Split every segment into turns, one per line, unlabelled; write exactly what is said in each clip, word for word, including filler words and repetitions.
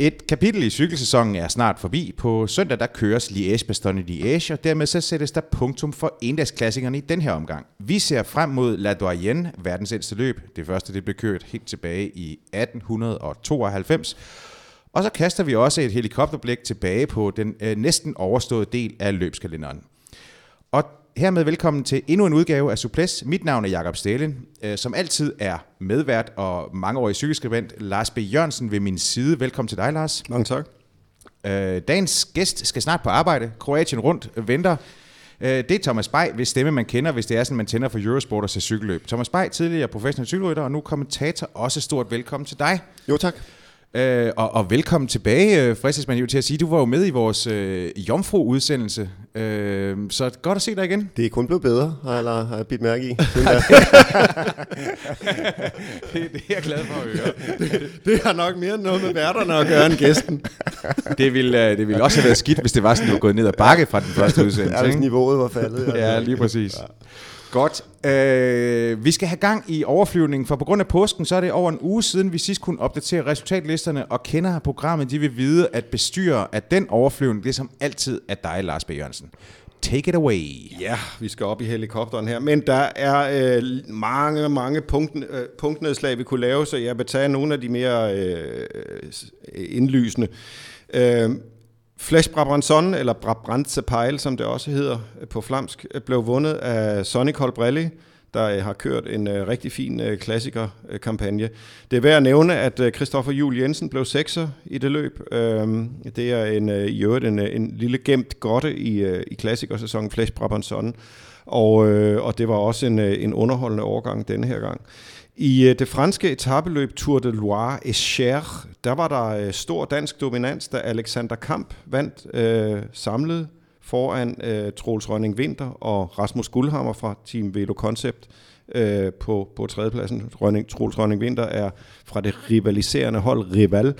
Et kapitel i cykelsæsonen er snart forbi. På søndag der køres Liège-Bastogne-Liège, og dermed så sættes der punktum for endagsklassikerne i den her omgang. Vi ser frem mod La Doyenne, verdens ældste løb. Det første det blev kørt helt tilbage i atten tooghalvfems. Og så kaster vi også et helikopterblik tilbage på den øh, næsten overståede del af løbskalenderen. Og hermed velkommen til endnu en udgave af Suples. Mit navn er Jakob Stalin, øh, som altid er medvært og mangeårig cykelskribent Lars B. Jørgensen ved min side. Velkommen til dig, Lars.
Mange tak.
Øh, dagens gæst skal snart på arbejde. Kroatien rundt venter. Øh, det er Thomas Bay, hvis stemme man kender, hvis det er sådan, man tænder for Eurosport og ser cykelløb. Thomas Bay, tidligere professionel cykelrytter og nu kommentator. Også stort velkommen til dig.
Jo, tak.
Øh, og, og velkommen tilbage, øh, fristes man jo til at sige. Du var jo med i vores øh, Jomfru-udsendelse, øh, så godt at se dig igen.
Det er kun blevet bedre, har jeg, har jeg bidt mærke i.
det, det er jeg glad for at høre.
det, det har nok mere noget med værterne at gøre end gæsten.
det, ville, øh, det ville også have været skidt, hvis det var sådan, du var gået ned ad bakke fra den første udsendelse.
Ja, hvis niveauet var faldet.
Ja, lige præcis. Ja. Godt. Øh, vi skal have gang i overflyvningen, for på grund af påsken, så er det over en uge siden, vi sidst kunne opdatere resultatlisterne, og kender programmet, de vil vide, at bestyrer af den overflyvning, det som altid er dig, Lars B. Jørgensen. Take it away.
Ja, vi skal op i helikopteren her, men der er øh, mange, mange punkt, øh, punktnedslag, vi kunne lave, så jeg vil tage nogle af de mere øh, indlysende. Øh, Flèche Brabançonne, eller Brabantse Pejl, som det også hedder på flamsk, blev vundet af Sonny Colbrelli, der har kørt en uh, rigtig fin uh, klassikerkampagne. Det er værd at nævne, at uh, Christoffer Juhl Jensen blev sekser i det løb. Uh, det er en, uh, i øvrigt en, en lille gemt grotte i, uh, i klassikersæsonen Flèche Brabançonne, og, uh, og det var også en, uh, en underholdende overgang denne her gang. I uh, det franske etapeløb Tour de Loire et Cher, der var der uh, stor dansk dominans, da Alexander Kamp vandt uh, samlet foran uh, Troels Rønning Winter og Rasmus Guldhammer fra Team Velo Concept uh, på, på tredjepladsen. Rønning, Troels Rønning Winter er fra det rivaliserende hold Rival.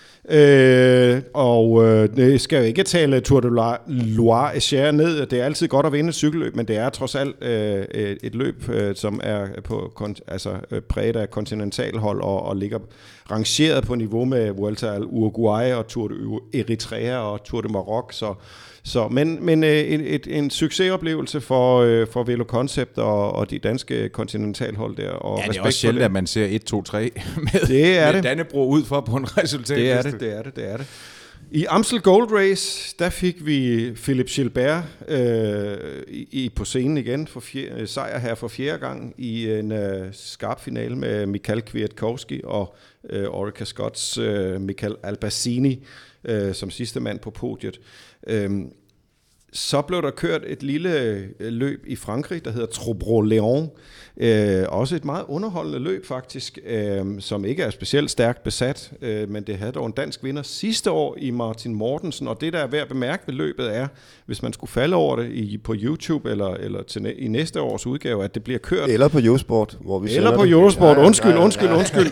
Øh, og øh, det skal jo ikke tale Tour de Loire et Cher ned. Det er altid godt at vinde et cykelløb, men det er trods alt øh, et løb, øh, som er på kon- altså, øh, præget af kontinentalhold og, og ligger rangeret på niveau med Vuelta al Uruguay og Tour de Eritrea og Tour de Maroc. Så, så, men men øh, et, et, en succesoplevelse for, øh, for Velo Concept og, og de danske kontinentalhold der. Og
ja, det er også sjældent, at man ser et, to, tre med,
det er
med
det.
Dannebro ud for på en resultat.
Det er det, det er det, det er det. I Amstel Gold Race, der fik vi Philippe Gilbert øh, i, på scenen igen, for fjer, sejr her for fjerde gang i en øh, skarp finale med Michael Kwiatkowski og øh, Orica Scots øh, Michael Albacini øh, som sidste mand på podiet. Øh, Så blev der kørt et lille løb i Frankrig, der hedder Trobro-Léon. Øh, også et meget underholdende løb faktisk, øh, som ikke er specielt stærkt besat, øh, men det havde dog en dansk vinder sidste år i Martin Mortensen, og det der er værd at bemærke ved løbet er, hvis man skulle falde over det i, på YouTube eller, eller til, i næste års udgave, at det bliver kørt.
Eller på Eurosport, hvor vi
Eller på
det.
Eurosport, undskyld, undskyld, undskyld.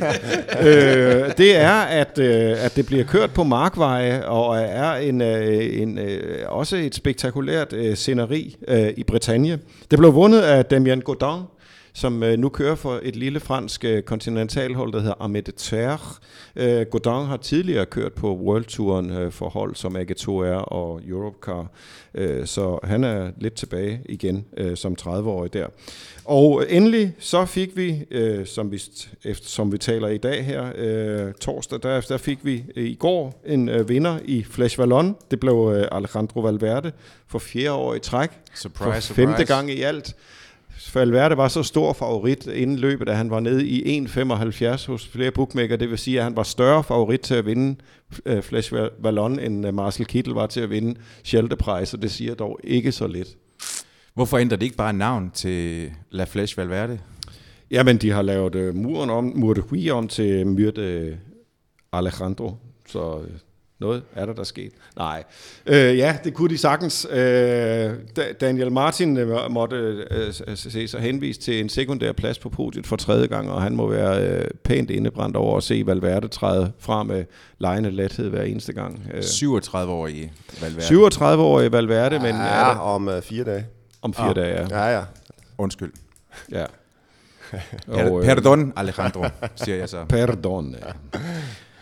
øh, det er, at, øh, at det bliver kørt på markveje, og er en, øh, en, øh, også et spektakulært øh, sceneri øh, i Bretagne. Det blev vundet af Damien Godin, som øh, nu kører for et lille fransk øh, kontinentalhold, der hedder Armée de Terre. Øh, Godin har tidligere kørt på World Touren øh, for hold som A G to R og Europcar, øh, så han er lidt tilbage igen øh, som tredive-årig der. Og endelig så fik vi, øh, som vi, efter, som vi taler i dag her, øh, torsdag, der, der fik vi øh, i går en øh, vinder i Flèche Wallonne. Det blev øh, Alejandro Valverde for fjerde år i træk.
Surprise,
for femte
surprise.
gang i alt. Valverde var så stor favorit inden løbet, at han var nede i en komma femoghalvfjerds hos flere bookmaker. Det vil sige, at han var større favorit til at vinde uh, Flèche Wallonne, end uh, Marcel Kittel var til at vinde Scheldeprijs, og det siger dog ikke så lidt.
Hvorfor ændrer det ikke bare navn til La Flèche Valverde?
Jamen, de har lavet uh, muren om, Mur de Huy om til Mur de Alejandro, så... Uh, Noget er der, der sket. Nej. Øh, ja, det kunne de sagtens. Øh, Daniel Martin måtte øh, se sig henvist til en sekundær plads på podiet for tredje gang, og han må være øh, pænt indebrændt over at se Valverde træde fra med lejende lethed hver eneste gang. Øh.
syvogtredive-årige Valverde.
syvogtredive-årige Valverde, men...
Ja,
er
om uh, fire dage.
Om fire
oh.
dage, ja.
Ja, ja.
Undskyld.
Ja.
Og, Perdon, Alejandro, siger jeg så.
Perdon, ja.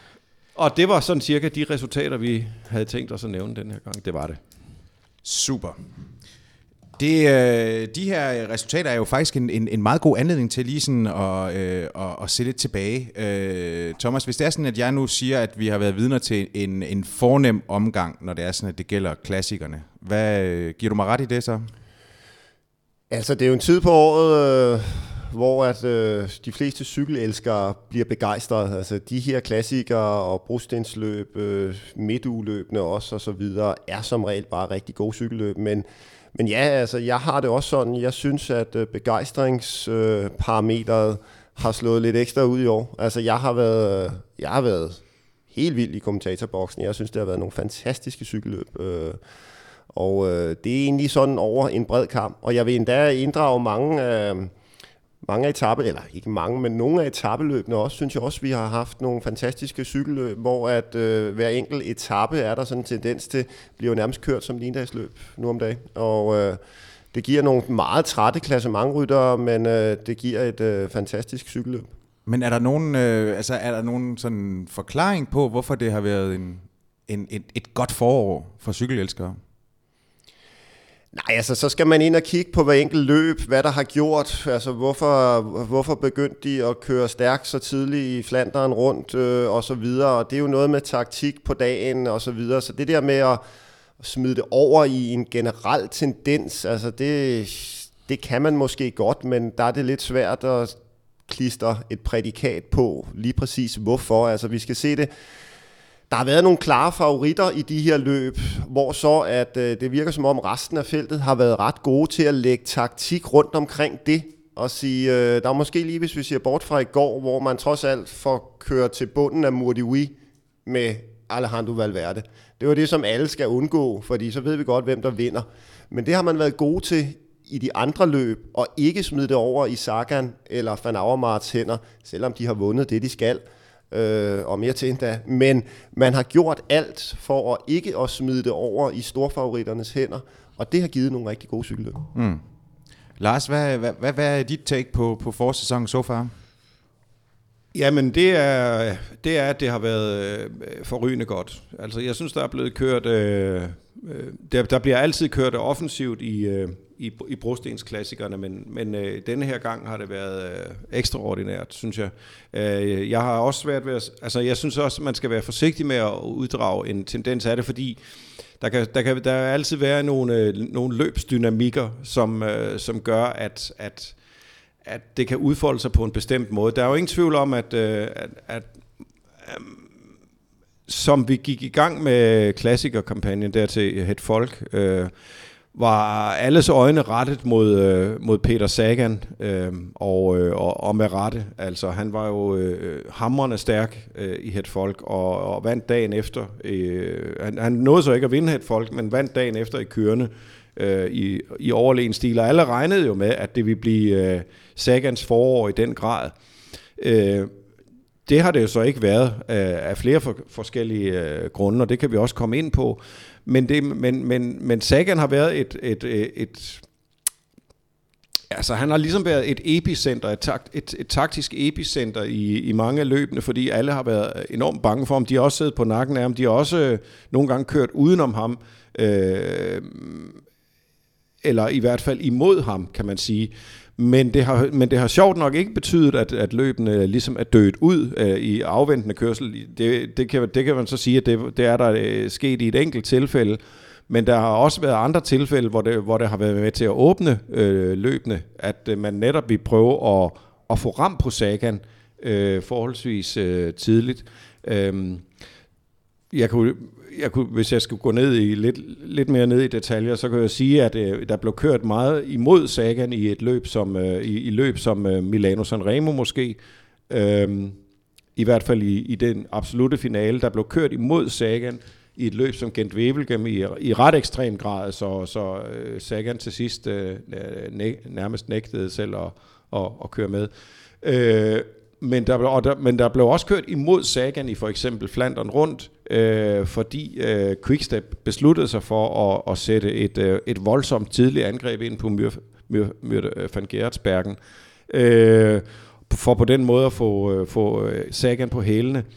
Og det var sådan cirka de resultater, vi havde tænkt os at nævne den her gang. Det var det.
Super. Det, øh, de her resultater er jo faktisk en, en, en meget god anledning til lige sådan at, øh, at, at se lidt tilbage. Øh, Thomas, hvis det er sådan, at jeg nu siger, at vi har været vidner til en, en fornem omgang, når det er sådan, at det gælder klassikerne, hvad giver du mig ret i det så?
Altså, det er jo en tid på året, øh, hvor at, øh, de fleste cykelelskere bliver begejstrede. Altså, de her klassikere og brostensløb, øh, midtugeløbene også og så videre, er som regel bare rigtig gode cykelløb, men Men ja, altså, jeg har det også sådan, jeg synes, at begejstringsparametret har slået lidt ekstra ud i år. Altså, jeg har været, jeg har været helt vild i kommentatorboksen. Jeg synes, det har været nogle fantastiske cykelløb. Og det er egentlig sådan over en bred kamp. Og jeg vil endda inddrage mange af... Mange af etape, eller ikke mange, men nogle af etapeløbene også, synes jeg også, vi har haft nogle fantastiske cykelløb, hvor at øh, hver enkelt etape er der sådan en tendens til, bliver jo nærmest kørt som et endagsløb nu om dagen. Og øh, det giver nogle meget trætte klassementryttere, men øh, det giver et øh, fantastisk cykelløb.
Men er der nogen, øh, altså er der nogen sådan forklaring på, hvorfor det har været en, en, et, et godt forår for cykelelskere?
Nej, altså så skal man ind og kigge på hver enkelt løb, hvad der har gjort, altså hvorfor, hvorfor begyndte de at køre stærkt så tidligt i Flandern rundt øh, og så videre, og det er jo noget med taktik på dagen og så videre, så det der med at smide det over i en generel tendens, altså det, det kan man måske godt, men der er det lidt svært at klistre et prædikat på lige præcis hvorfor, altså vi skal se det. Der har været nogle klare favoritter i de her løb, hvor så at øh, det virker som om resten af feltet har været ret gode til at lægge taktik rundt omkring det. Og sige, øh, der er måske lige, hvis vi siger bort fra i går, hvor man trods alt får kørt til bunden af Murdiui med Alejandro Valverde. Det var det, som alle skal undgå, fordi så ved vi godt, hvem der vinder. Men det har man været gode til i de andre løb, og ikke smide det over i Sagan eller Van Avermaets hænder, selvom de har vundet det, de skal. Øh, og mere til endda. Men man har gjort alt for at ikke at smide det over i storfavoritternes hænder, og det har givet nogle rigtig gode cykelløb.
Mm. Lars, hvad, hvad, hvad, hvad er dit take på, på forårssæsonen så far?
Jamen det er, det er, at det har været øh, forrygende godt. Altså jeg synes, der er blevet kørt, øh, der, der bliver altid kørt offensivt i, øh, i, i brostensklassikerne, men, men øh, denne her gang har det været øh, ekstraordinært, synes jeg. Øh, jeg har også svært ved at, altså jeg synes også, at man skal være forsigtig med at uddrage en tendens af det, fordi der kan, der kan der altid være nogle, øh, nogle løbsdynamikker, som, øh, som gør, at, at at det kan udfolde sig på en bestemt måde. Der er jo ingen tvivl om, at, at, at um, som vi gik i gang med klassikerkampagnen der til Het Folk, øh, var alles øjne rettet mod, øh, mod Peter Sagan, øh, og, øh, og, og med rette. Altså, han var jo øh, hamrende stærk øh, i Het Folk, og, og vandt dagen efter. Øh, han, han nåede så ikke at vinde Het Folk, men vandt dagen efter i kørende øh, i, i overlegen stil. Og alle regnede jo med, at det ville blive øh, Sagans forår i den grad. Øh, det har det jo så ikke været øh, af flere for, forskellige øh, grunde, og det kan vi også komme ind på. Men, det, men, men, men Sagan har været et, et, et, et altså han har ligesom været et epicenter, et, takt, et, et taktisk epicenter i, i mange af løbene, fordi alle har været enormt bange for ham. De har også siddet på nakken af ham, de har også øh, nogle gange kørt udenom ham, øh, eller i hvert fald imod ham, kan man sige. Men det har, men det har sjovt nok ikke betydet, at, at løbene ligesom er dødt ud øh, i afventende kørsel. Det, det, kan, det kan man så sige, at det, det er der øh, sket i et enkelt tilfælde. Men der har også været andre tilfælde, hvor det, hvor det har været med til at åbne øh, løbene, at øh, man netop vil prøve at, at få ram på Sagan øh, forholdsvis øh, tidligt. Øh, jeg kunne... Jeg kunne, hvis jeg skulle gå ned i lidt, lidt mere ned i detaljer, så kan jeg sige, at øh, der blev kørt meget imod Sagan i et løb som øh, i, i løb som øh, Milano Sanremo måske. Øhm, I hvert fald i, i den absolute finale, der blev kørt imod Sagan i et løb som Gent-Wevelgem i, i ret ekstrem grad, så, så øh, Sagan til sidst øh, næ, nærmest nægtede selv at, at, at køre med. Øh, Men der, og der, men der blev også kørt imod Sagan i for eksempel Flandern rundt, øh, fordi øh, Quickstep besluttede sig for at, at sætte et, øh, et voldsomt tidligt angreb ind på Mur, Mur, Mur van Gerardsbergen, øh, for på den måde at få, øh, få Sagan på hælene.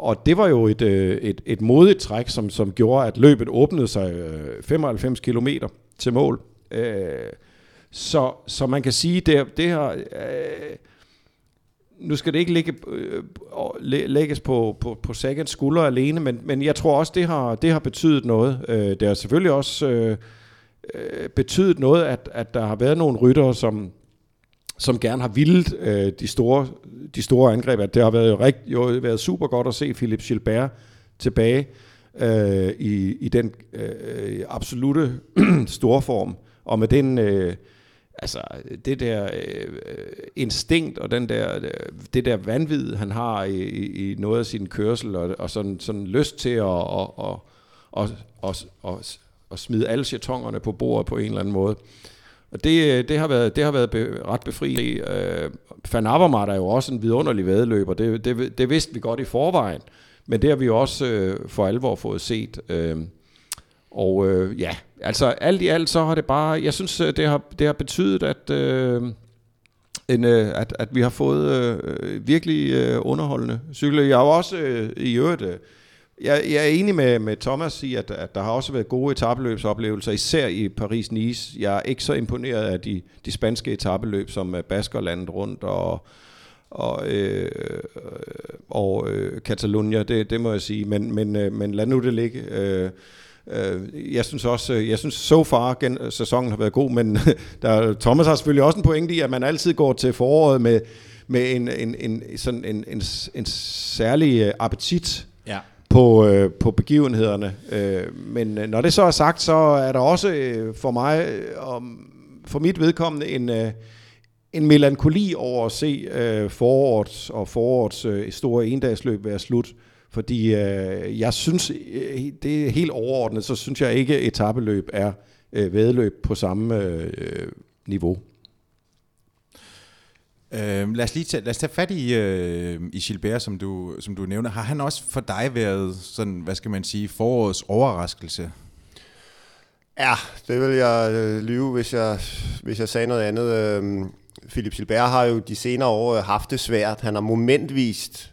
og det var jo et, et, et modigt træk, som, som gjorde, at løbet åbnede sig femoghalvfems kilometer til mål. Øh, så, så man kan sige, det, det her... Øh, nu skal det ikke ligge, øh, lægges på, på, på Sagans skuldre alene, men, men jeg tror også, det har, det har betydet noget. Øh, det har selvfølgelig også øh, betydet noget, at, at der har været nogle ryttere, som, som gerne har vildt øh, de, store, de store angreb. At det har været, rigt, jo været super godt at se Philippe Gilbert tilbage øh, i, i den øh, absolute storform, og med den... Øh, Altså det der øh, instinkt og den der, det der vanvid, han har i, i noget af sin kørsel, og, og sådan, sådan lyst til at og, og, og, og, og, og smide alle jetongerne på bordet på en eller anden måde. Og det, det har været, det har været be, ret befriende. Øh, Van Avermaet er jo også en vidunderlig væddeløber, det, det, det vidste vi godt i forvejen, men det har vi også øh, for alvor fået set. Øh, Og øh, ja, altså alt i alt så har det bare, jeg synes det har det har betydet at øh, en øh, at at vi har fået øh, virkelig øh, underholdende cykler. Jeg er jo også øh, i øvrigt øh, jeg, jeg er enig med med Thomas i at at der har også været gode etapeløbsoplevelser, især i Paris-Nice. Jeg er ikke så imponeret af de de spanske etapeløb som Baskerlandet rundt og og øh, og øh, Catalunya, det det må jeg sige, men men øh, men lad nu det ligge. Øh, Jeg synes også, jeg synes so far gen, sæsonen har været god, men der, Thomas har selvfølgelig også en pointe i, at man altid går til foråret med, med en, en, en, sådan en, en, en særlig appetit ja. på, på begivenhederne. Men når det så er sagt, så er der også for mig, for mit vedkommende, en, en melankoli over at se forårets og forårets store endagsløb være slut. Fordi øh, jeg synes, det er helt overordnet, så synes jeg ikke, at etapeløb er øh, væddeløb på samme øh, niveau.
Øh, lad os lige tage, lad os tage fat i, øh, i Gilbert, som du, som du nævner. Har han også for dig været sådan, hvad skal man sige, forårets overraskelse?
Ja, det vil jeg øh, lyve, hvis jeg, hvis jeg sagde noget andet. Øh, Philippe Gilbert har jo de senere år haft det svært. Han har momentvist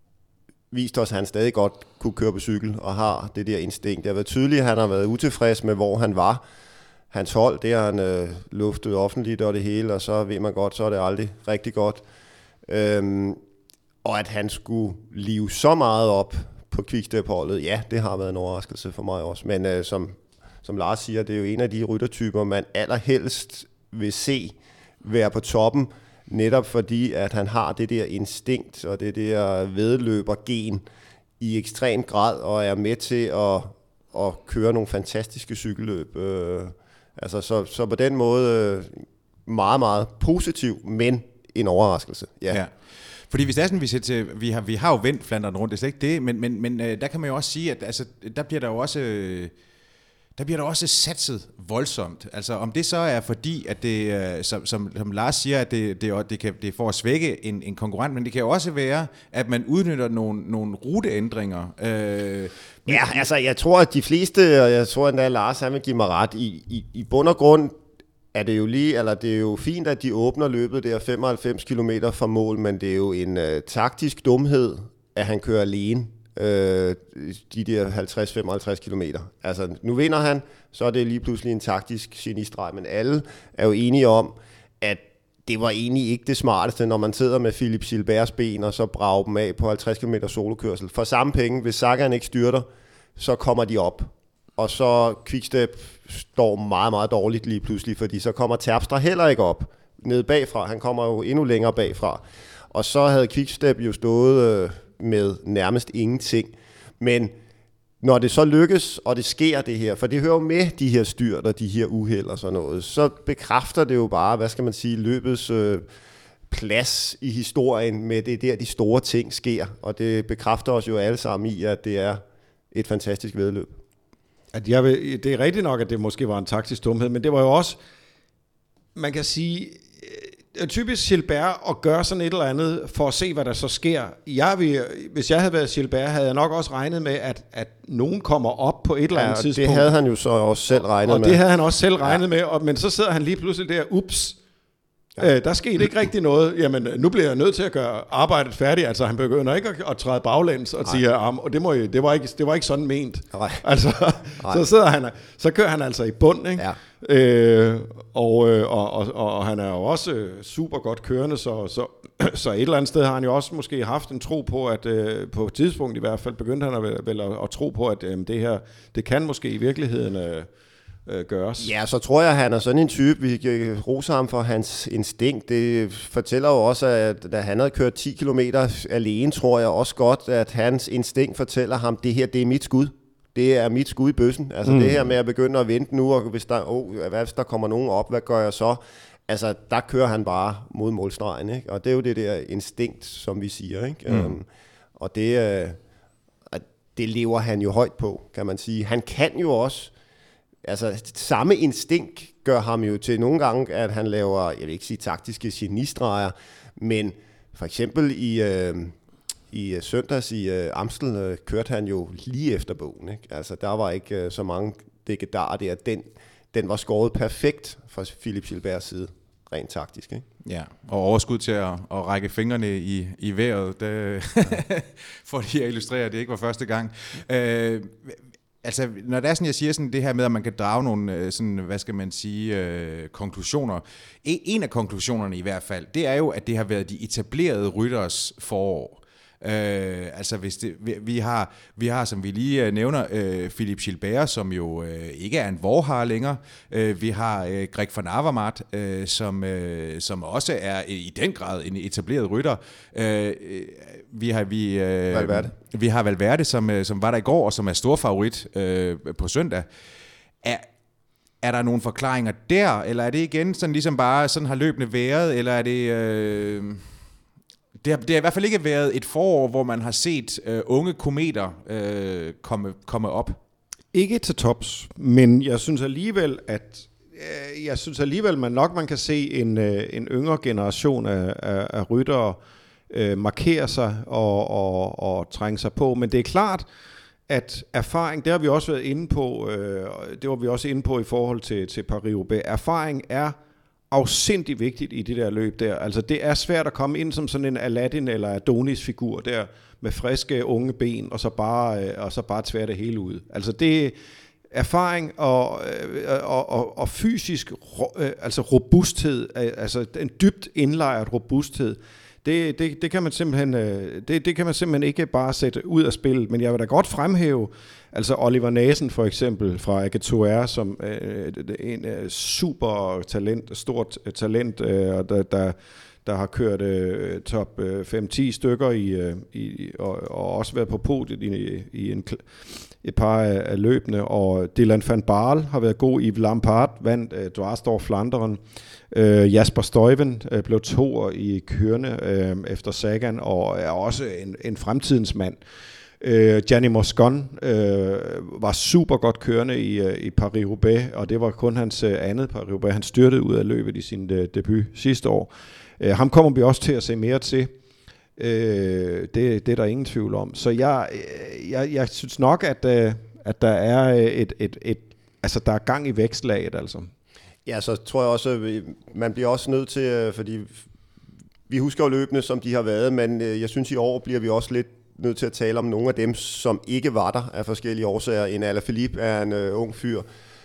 vist os, at han stadig godt kunne køre på cykel og har det der instinkt. Det har været tydeligt, at han har været utilfreds med, hvor han var. Hans hold, det har han øh, luftet offentligt og det hele, og så ved man godt, så er det aldrig rigtig godt. Øhm, og at han skulle live så meget op på Quickstep-holdet, ja, det har været en overraskelse for mig også. Men øh, som, som Lars siger, det er jo en af de ryttertyper, man allerhelst vil se være på toppen, netop fordi, at han har det der instinkt og det der væddeløbergen i ekstrem grad, og er med til at, at køre nogle fantastiske cykelløb. Øh, altså, så, så på den måde meget, meget positiv, men en overraskelse. Ja. Ja.
Fordi hvis det er sådan, vi, til, vi, har, vi har jo vendt Flandern rundt, det er slet ikke det, men, men, men der kan man jo også sige, at altså, der bliver der jo også... Der bliver der også satset voldsomt. Altså om det så er fordi, at det, som, som, som Lars siger, at det, det, det, kan, det er for at svække en, en konkurrent, men det kan jo også være, at man udnytter nogle, nogle ruteændringer. Øh,
ja, altså jeg tror, at de fleste, og jeg tror endda, at Lars han vil give mig ret, i, i, i bund og grund er det jo lige, eller det er jo fint, at de åbner løbet der femoghalvfems kilometer fra mål, men det er jo en uh, taktisk dumhed, at han kører alene. Øh, de der halvtreds til femoghalvtreds kilometer. Altså, nu vinder han, så er det lige pludselig en taktisk genistreg, men alle er jo enige om, at det var egentlig ikke det smarteste, når man sidder med Philippe Gilberts ben, og så brager dem af på halvtreds kilometer solokørsel. For samme penge, hvis Sagan ikke styrter, så kommer de op. Og så Quickstep står meget, meget dårligt lige pludselig, fordi så kommer Terpstra heller ikke op nede bagfra. Han kommer jo endnu længere bagfra. Og så havde Quickstep jo stået... Øh, med nærmest ingenting. Men når det så lykkes, og det sker det her, for det hører jo med de her styrt og de her uheld og sådan noget, så bekræfter det jo bare, hvad skal man sige, løbets øh, plads i historien med det der, de store ting sker. Og det bekræfter os jo alle sammen i, at det er et fantastisk væddeløb.
At jeg vil, det er rigtigt nok, at det måske var en taktisk dumhed, men det var jo også, man kan sige... typisk Gilbert at gøre sådan et eller andet for at se, hvad der så sker. Jeg vil, hvis jeg havde været Gilbert, havde jeg nok også regnet med, at, at nogen kommer op på et eller andet ja, tidspunkt.
Det havde han jo så også selv regnet
og
med.
Og det havde han også selv regnet ja. med, og, men så sidder han lige pludselig der, ups, Ja. Øh, der skete ikke rigtig noget. Jamen, nu bliver jeg nødt til at gøre arbejdet færdigt. Altså, han begynder ikke at, at træde baglæns og sige, at og det, må, det, var ikke, det var ikke sådan ment. Nej. Altså, Nej. så sidder han, så kører han altså i bund, ikke? Ja. Øh, og, og, og, og han er jo også super godt kørende, så, så, så et eller andet sted har han jo også måske haft en tro på, at på et tidspunkt i hvert fald begyndte han at, vel at, at tro på, at øh, det her, det kan måske i virkeligheden Øh, gøres.
Ja, så tror jeg, at han er sådan en type, vi kan rose ham for hans instinkt. Det fortæller jo også, at da han havde kørt ti kilometer alene, tror jeg også godt, at hans instinkt fortæller ham, det her, det er mit skud. Det er mit skud i bøssen. Altså mm. det her med at begynde at vente nu, og hvis der, oh, hvad hvis der kommer nogen op, hvad gør jeg så? Altså, der kører han bare mod målstregen, ikke? Og det er jo det der instinkt, som vi siger, ikke? Mm. Um, og det, uh, det lever han jo højt på, kan man sige. Han kan jo også altså, samme instinkt gør ham jo til nogle gange, at han laver, jeg vil ikke sige taktiske genistreger, men for eksempel i, øh, i søndags i øh, Amstel øh, kørte han jo lige efter bogen. Ikke? Altså, der var ikke øh, så mange dækkedarer der. Den, den var skåret perfekt fra Philip Gilberts side, rent taktisk. Ikke?
Ja, og overskud til at, at række fingrene i, i vejret, det, for lige at illustrere, at det ikke var første gang. Øh, Altså, når det er sådan, jeg siger sådan det her med, at man kan drage nogle, sådan, hvad skal man sige, øh, konklusioner. En af konklusionerne i hvert fald, det er jo, at det har været de etablerede rytteres forår. Øh, altså hvis det, vi, vi har vi har som vi lige nævner øh, Philip Gilbert, som jo øh, ikke er en vorhar længere. Øh, vi har øh, Greg van Avermaet, øh, som øh, som også er i den grad en etableret rytter. Øh, vi har vi øh,
Valverde.
vi har Valverde, som som var der i går og som er stor favorit øh, på søndag. Er Er der nogle forklaringer der, eller er det igen sådan ligesom bare sådan har løbende været, eller er det øh Det har, det har i hvert fald ikke været et forår, hvor man har set øh, unge kometer øh, komme, komme op.
Ikke til tops, men jeg synes alligevel, at øh, jeg synes alligevel, man nok man kan se en, øh, en yngre generation af, af, af ryttere øh, markere sig og, og, og trænge sig på. Men det er klart, at erfaring, det har vi også været inde på, øh, det var vi også inde på i forhold til, til Paris-Roubaix. Erfaring er afsindig vigtigt i det der løb der. Altså det er svært at komme ind som sådan en Aladdin eller Adonis-figur der med friske unge ben og så bare og så bare tvære det hele ud. Altså det erfaring og og, og, og fysisk altså robusthed, altså en dybt indlejret robusthed. Det, det, det kan man simpelthen det, det kan man simpelthen ikke bare sætte ud af spillet, men jeg vil da godt fremhæve altså Oliver Naesen for eksempel fra AG2R, som øh, en øh, super talent, stort øh, talent, øh, der, der, der har kørt øh, top øh, fem ti stykker i, øh, i, og, og også været på podiet i, i en, et par af, af løbene, og Dylan van Baarle har været god. Yves Lampaert vandt øh, Dwarsdorf Flanderen. Øh, Jasper Stuyven øh, blev toer i kørende øh, efter Sagan, og er også en, en fremtidens mand. Uh, Gianni Moscon uh, var super godt kørende i, uh, i Paris-Roubaix, og det var kun hans uh, andet Paris-Roubaix. Han styrtede ud af løbet i sin uh, debut sidste år. Uh, ham kommer vi også til at se mere til. Uh, det, det er der ingen tvivl om. Så jeg, jeg, jeg synes nok, at, uh, at der er et, et, et, altså der er gang i vækstlaget, altså.
Ja, så tror jeg også, at man bliver også nødt til, fordi vi husker jo løbende, som de har været, men jeg synes i år bliver vi også lidt nødt til at tale om nogle af dem, som ikke var der af forskellige årsager. En Alaphilippe er en uh, ung fyr.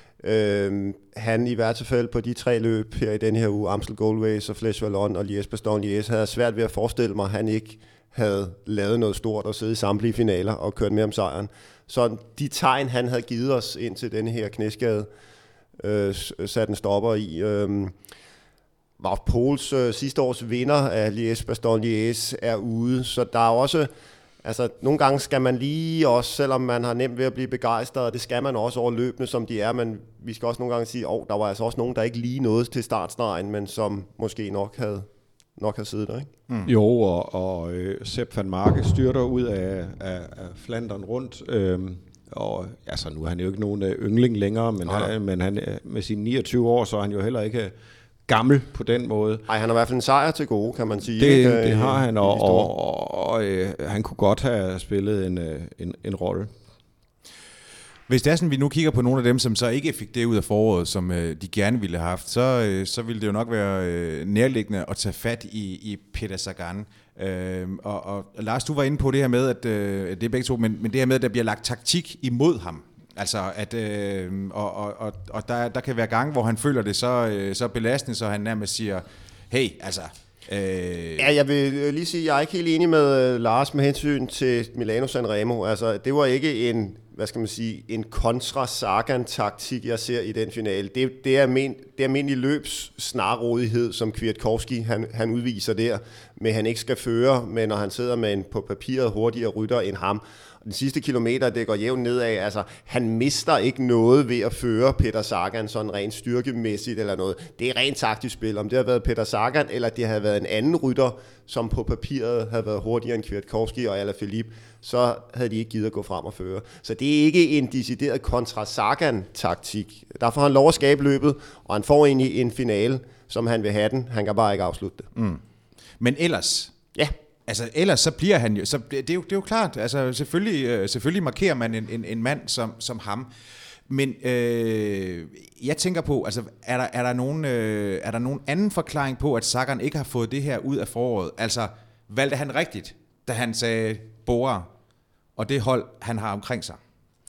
Uh, han i hvert fald på de tre løb her i den her uge, Amstel Gold Race og Flèche Wallonne og Liège-Bastogne-Liège, havde svært ved at forestille mig, at han ikke havde lavet noget stort og siddet i samtlige finaler og kørt med om sejren. Så de tegn, han havde givet os ind til denne her knæskade, uh, satte en stopper i. Uh, Wout Poels uh, sidste års vinder af Liège-Bastogne-Liège er ude, så der er også altså, nogle gange skal man lige også, selvom man har nemt ved at blive begejstret, og det skal man også over løbende, som de er, men vi skal også nogle gange sige, at oh, der var altså også nogen, der ikke lige nåede til startstregen, men som måske nok havde, nok havde siddet der, ikke?
Mm. Jo, og, og øh, Sepp van Marke styrter ud af, af, af Flandern rundt, øhm, og altså, nu er han jo ikke nogen yngling længere, men, ja. han, men han, med sine niogtyve år, så er han jo heller ikke gammel på den måde.
Nej, han har i hvert fald en sejr til gode, kan man sige.
Det, ikke? det har han, og, og, og, og øh, han kunne godt have spillet en, en, en rolle.
Hvis det er sådan, vi nu kigger på nogle af dem, som så ikke fik det ud af foråret, som øh, de gerne ville have haft, så, øh, så ville det jo nok være øh, nærliggende at tage fat i, i Peter Sagan. Øh, og, og, og Lars, du var inde på det her med, at øh, det er begge to, men, men det her med, at der bliver lagt taktik imod ham. Altså, at, øh, og, og, og, og der, der kan være gange, hvor han føler det så, øh, så belastende, så han nærmest siger, hey, altså... Øh...
Ja, jeg vil lige sige, at jeg er ikke helt enig med Lars med hensyn til Milano Sanremo. Altså, det var ikke en, hvad skal man sige, en kontra-Sagan-taktik, jeg ser i den finale. Det, det, er, men, det er almindelig løbs-snarrådighed, som Kwiatkowski han, han udviser der, men han ikke skal føre, men når han sidder med en på papiret hurtigere rytter end ham. Den sidste kilometer, det går jævnt nedad, altså han mister ikke noget ved at føre Peter Sagan sådan rent styrkemæssigt eller noget. Det er rent taktisk spil. Om det har været Peter Sagan, eller det har været en anden rytter, som på papiret havde været hurtigere end Kwiatkowski og Alaphilippe, så havde de ikke givet at gå frem og føre. Så det er ikke en decideret kontra-Sagan-taktik. Der får han lov at skabe løbet, og han får egentlig en finale, som han vil have den. Han kan bare ikke afslutte det.
Mm. Men ellers...
Ja.
Altså ellers så bliver han jo, så det er jo, det er jo klart, altså selvfølgelig, selvfølgelig markerer man en, en, en mand som, som ham, men øh, jeg tænker på, altså er der, er, der nogen, øh, er der nogen anden forklaring på, at Sagan ikke har fået det her ud af foråret? Altså valgte han rigtigt, da han sagde Bora og det hold, han har omkring sig?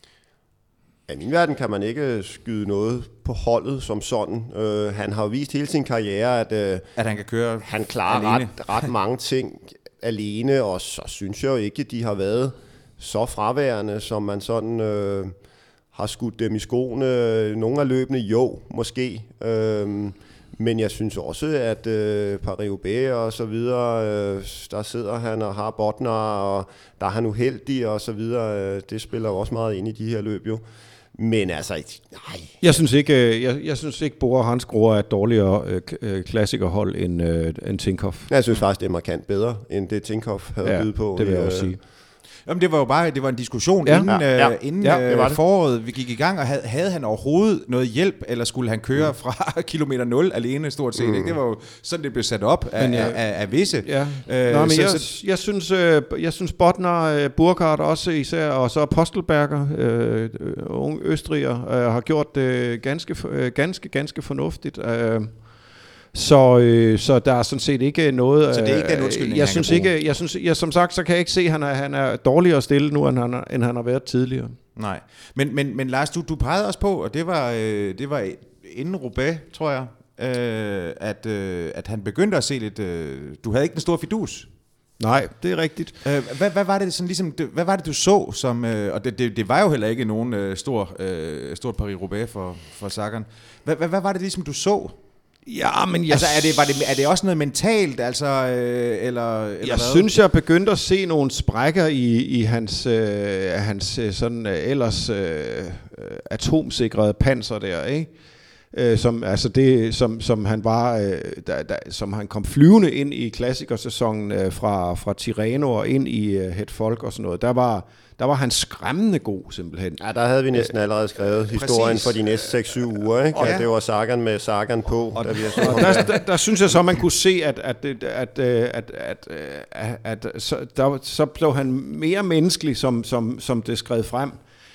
I min verden kan man ikke skyde noget på holdet som sådan. Uh, han har jo vist hele sin karriere, at, uh,
at han kan køre
han klarer ret, ret mange ting alene, og så synes jeg jo ikke, at de har været så fraværende, som man sådan uh, har skudt dem i skoene. Nogle af løbende, jo, måske. Uh, men jeg synes også, at uh, Paris-Roubaix og så videre, uh, der sidder han og har Bodnar, og der er han uheldig og så videre. Uh, det spiller jo også meget ind i de her løb, jo. Men altså, nej.
Jeg synes ikke, jeg, jeg synes ikke Bora Hansgrohe er et dårligere øh, klassikerhold end, øh, end Tinkoff.
Jeg synes faktisk, det er markant bedre, end det Tinkoff havde
ja,
bydet på.
Det vil jeg også sige.
Jamen, det var jo bare det var en diskussion ja. inden, ja, ja. Øh, inden ja, det det. foråret vi gik i gang, og havde, havde han overhovedet noget hjælp, eller skulle han køre fra kilometer nul alene stort set? Mm. Ikke? Det var jo sådan, det blev sat op af, men, af, af, af visse.
Ja. Øh, Nå, men så, jeg, så, jeg synes, øh, jeg synes Bodnar, Burkhardt også især, og så Postelberger, øh, unge østrigere, øh, har gjort det øh, ganske, øh, ganske, ganske fornuftigt. Øh, Så, øh, så der er sådan set ikke noget.
Så det er ikke den undskyldning,
jeg synes ikke, jeg synes, jeg, som sagt, så kan jeg ikke se, at han er, han er dårligere stillet nu, end han, er, end han har været tidligere.
Nej, men, men, men Lars, du, du pegede også på, og det var, øh, det var inden Roubaix, tror jeg, øh, at, øh, at han begyndte at se lidt. Øh, du havde ikke den store fidus.
Nej, det er rigtigt.
Øh, hvad, hvad var det sådan ligesom? Hvad var det du så som? Øh, og det, det, det var jo heller ikke nogen øh, stor, øh, stort Paris-Roubaix for for Sagan. Hvad, hvad, hvad var det ligesom du så?
Ja, men jeg...
Altså, er det, var det, er det også noget mentalt, altså, øh, eller, eller
Jeg
hvad?
synes, jeg begyndte at se nogle sprækker i, i hans, øh, hans sådan øh, ellers øh, atomsikrede panser der, ikke? Øh, som, altså det, som, som han var, øh, da, da, som han kom flyvende ind i klassikersæsonen øh, fra, fra Tirreno og ind i øh, Het Folk og sådan noget. Der var... Der var han skræmmende god, simpelthen.
Ja, der havde vi næsten allerede skrevet øh, historien for de næste seks syv uger, ikke? Og ja. Det var Sagan med Sagan på.
Og,
der, vi
og der, der, der synes jeg så, man kunne se, at, at, at, at, at, at, at, at så, der, så blev han mere menneskelig, som, som, som det skred frem.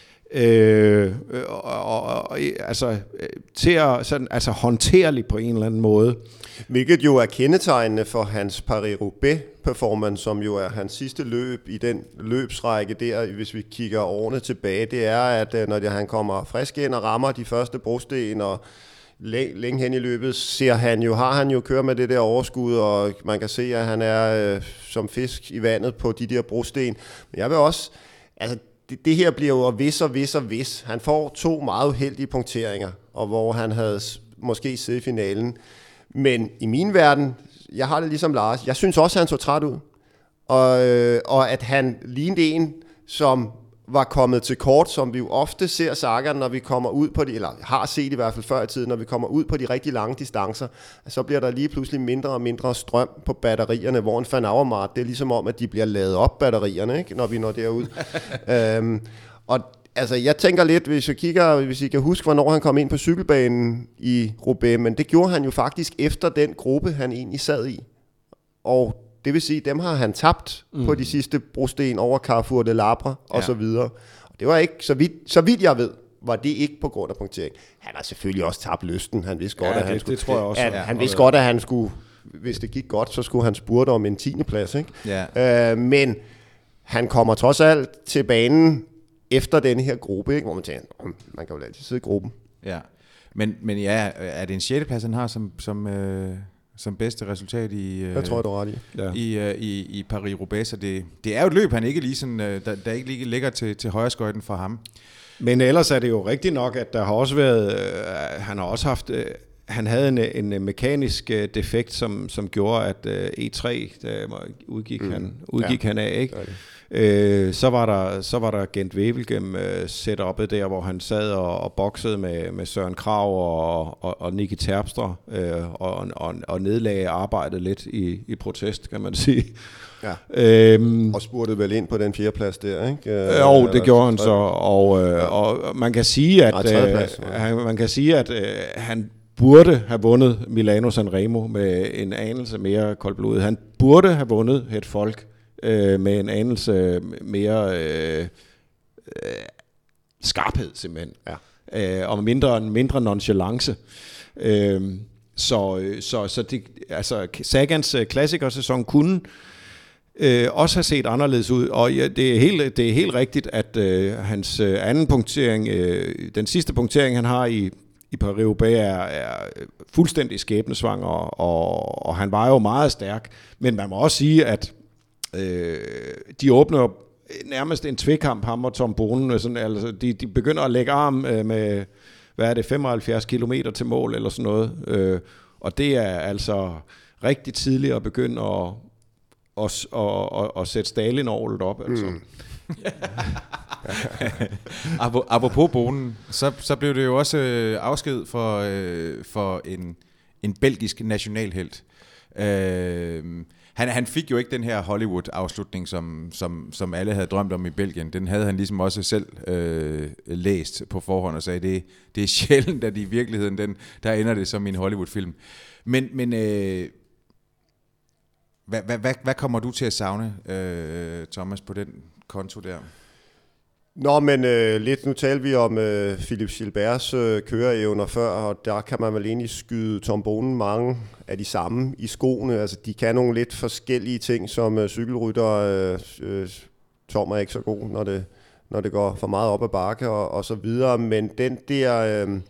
Øh, og, og, og, altså, til at sådan, altså håndterlig på en eller anden måde.
Hvilket jo er kendetegnende for hans Paris-Roubaix-performance, som jo er hans sidste løb i den løbsrække der, hvis vi kigger årene tilbage. Det er, at når han kommer frisk ind og rammer de første brosten og længe hen i løbet, ser han jo, har han jo kørt med det der overskud, og man kan se, at han er øh, som fisk i vandet på de der brosten. Men jeg vil også, altså det, det her bliver jo vis og vis og vis. Han får to meget uheldige punkteringer, og hvor han havde måske siddet i finalen. Men i min verden, jeg har det ligesom Lars, jeg synes også, at han så træt ud. Og, øh, og at han lignede en, som var kommet til kort, som vi jo ofte ser Sagan, når vi kommer ud på de, eller har set i hvert fald før i tiden, når vi kommer ud på de rigtig lange distancer, så bliver der lige pludselig mindre og mindre strøm på batterierne, hvor en Van Avermaet, det er ligesom om, at de bliver ladet op, batterierne, ikke, når vi når derud. øhm, og altså, jeg tænker lidt, hvis jeg kigger, hvis I kan huske, hvornår han kom ind på cykelbanen i Roubaix, men det gjorde han jo faktisk efter den gruppe, han egentlig sad i. Og det vil sige, dem har han tabt mm. på de sidste brosten over Carrefour de Labre og ja. så videre. Det var ikke, så vidt, så vidt jeg ved, var det ikke på grund af punktering. Han har selvfølgelig også tabt lysten. Han vidste godt,
ja,
at han
det,
skulle,
det tror jeg også.
at,
Ja,
han vidste godt, at han skulle, hvis det gik godt, så skulle han spurte om en tiende plads. Ikke?
Ja.
Øh, men han kommer trods alt til banen efter denne her gruppe, ikke? Hvor man tænker, man kan jo altid sidde i gruppen.
Ja, men, men ja, er det en sjette plads, han har som, som, øh, som bedste resultat i, øh,
jeg tror, du er ret i.
Ja. i, øh, i, i Paris-Roubaix, så det, det er jo et løb, han ikke lige sådan, øh, der, der ikke lige ligger til, til højreskøjten for ham.
Men ellers er det jo rigtigt nok, at der har også været, øh, han har også haft, øh, han havde en, en mekanisk øh, defekt, som, som gjorde, at øh, E tre, der udgik, mm. han, udgik ja. han af, ikke? Øh, så var der så var der Gent Wevelgem øh, setup'et der, hvor han sad og, og boksede med, med Søren Kragh og, og, og Nicky Terpstra øh, og, og, og nedlagde arbejdet lidt i, i protest, kan man sige.
Ja.
Øhm,
og spurgte vel ind på den fjerde plads der, ikke?
Øh, jo, det gjorde han så, og, øh, og man kan sige, at
Nej,
øh, han, man kan sige, at øh, han burde have vundet Milano Sanremo med en anelse mere koldblodet. Han burde have vundet Het Folk øh, med en anelse mere øh, øh, skarphed simpelthen, ja. øh, og mindre mindre nonchalance. Øh, så så så det, altså Sagans klassikersæson kunne Øh, også har set anderledes ud, og ja, det, er helt, det er helt rigtigt, at øh, hans øh, anden punktering, øh, den sidste punktering, han har i, i Paris-Roubaix, er, er fuldstændig skæbnesvanger, og, og han var jo meget stærk, men man må også sige, at øh, de åbner nærmest en tvekamp, ham og Tom Bonen, sådan, altså, de, de begynder at lægge arm øh, med, hvad er det, femoghalvfjerds kilometer til mål, eller sådan noget, øh, og det er altså rigtig tidligt at begynde at Og, og, og, og sætte Stalin-orlet op, altså. Mm.
Apropos Bonen, så, så blev det jo også øh, afsked for, øh, for en, en belgisk nationalhelt. Øh, han, han fik jo ikke den her Hollywood-afslutning, som, som, som alle havde drømt om i Belgien. Den havde han ligesom også selv øh, læst på forhånd og sagde, det, det er sjældent, at i virkeligheden, den, der ender det som en Hollywood-film. Men... men øh, Hvad, hvad, hvad kommer du til at savne, øh, Thomas, på den konto der?
Nå, men øh, lidt, nu talte vi om øh, Philip Gilberts øh, køreevner før, og der kan man vel egentlig skyde Tom Bonen mange af de samme i skoene. Altså, de kan nogle lidt forskellige ting, som øh, cykelrytter. Øh, øh, Tom er ikke så god, når det, når det går for meget op ad bakke og, og så videre, men den der... Øh,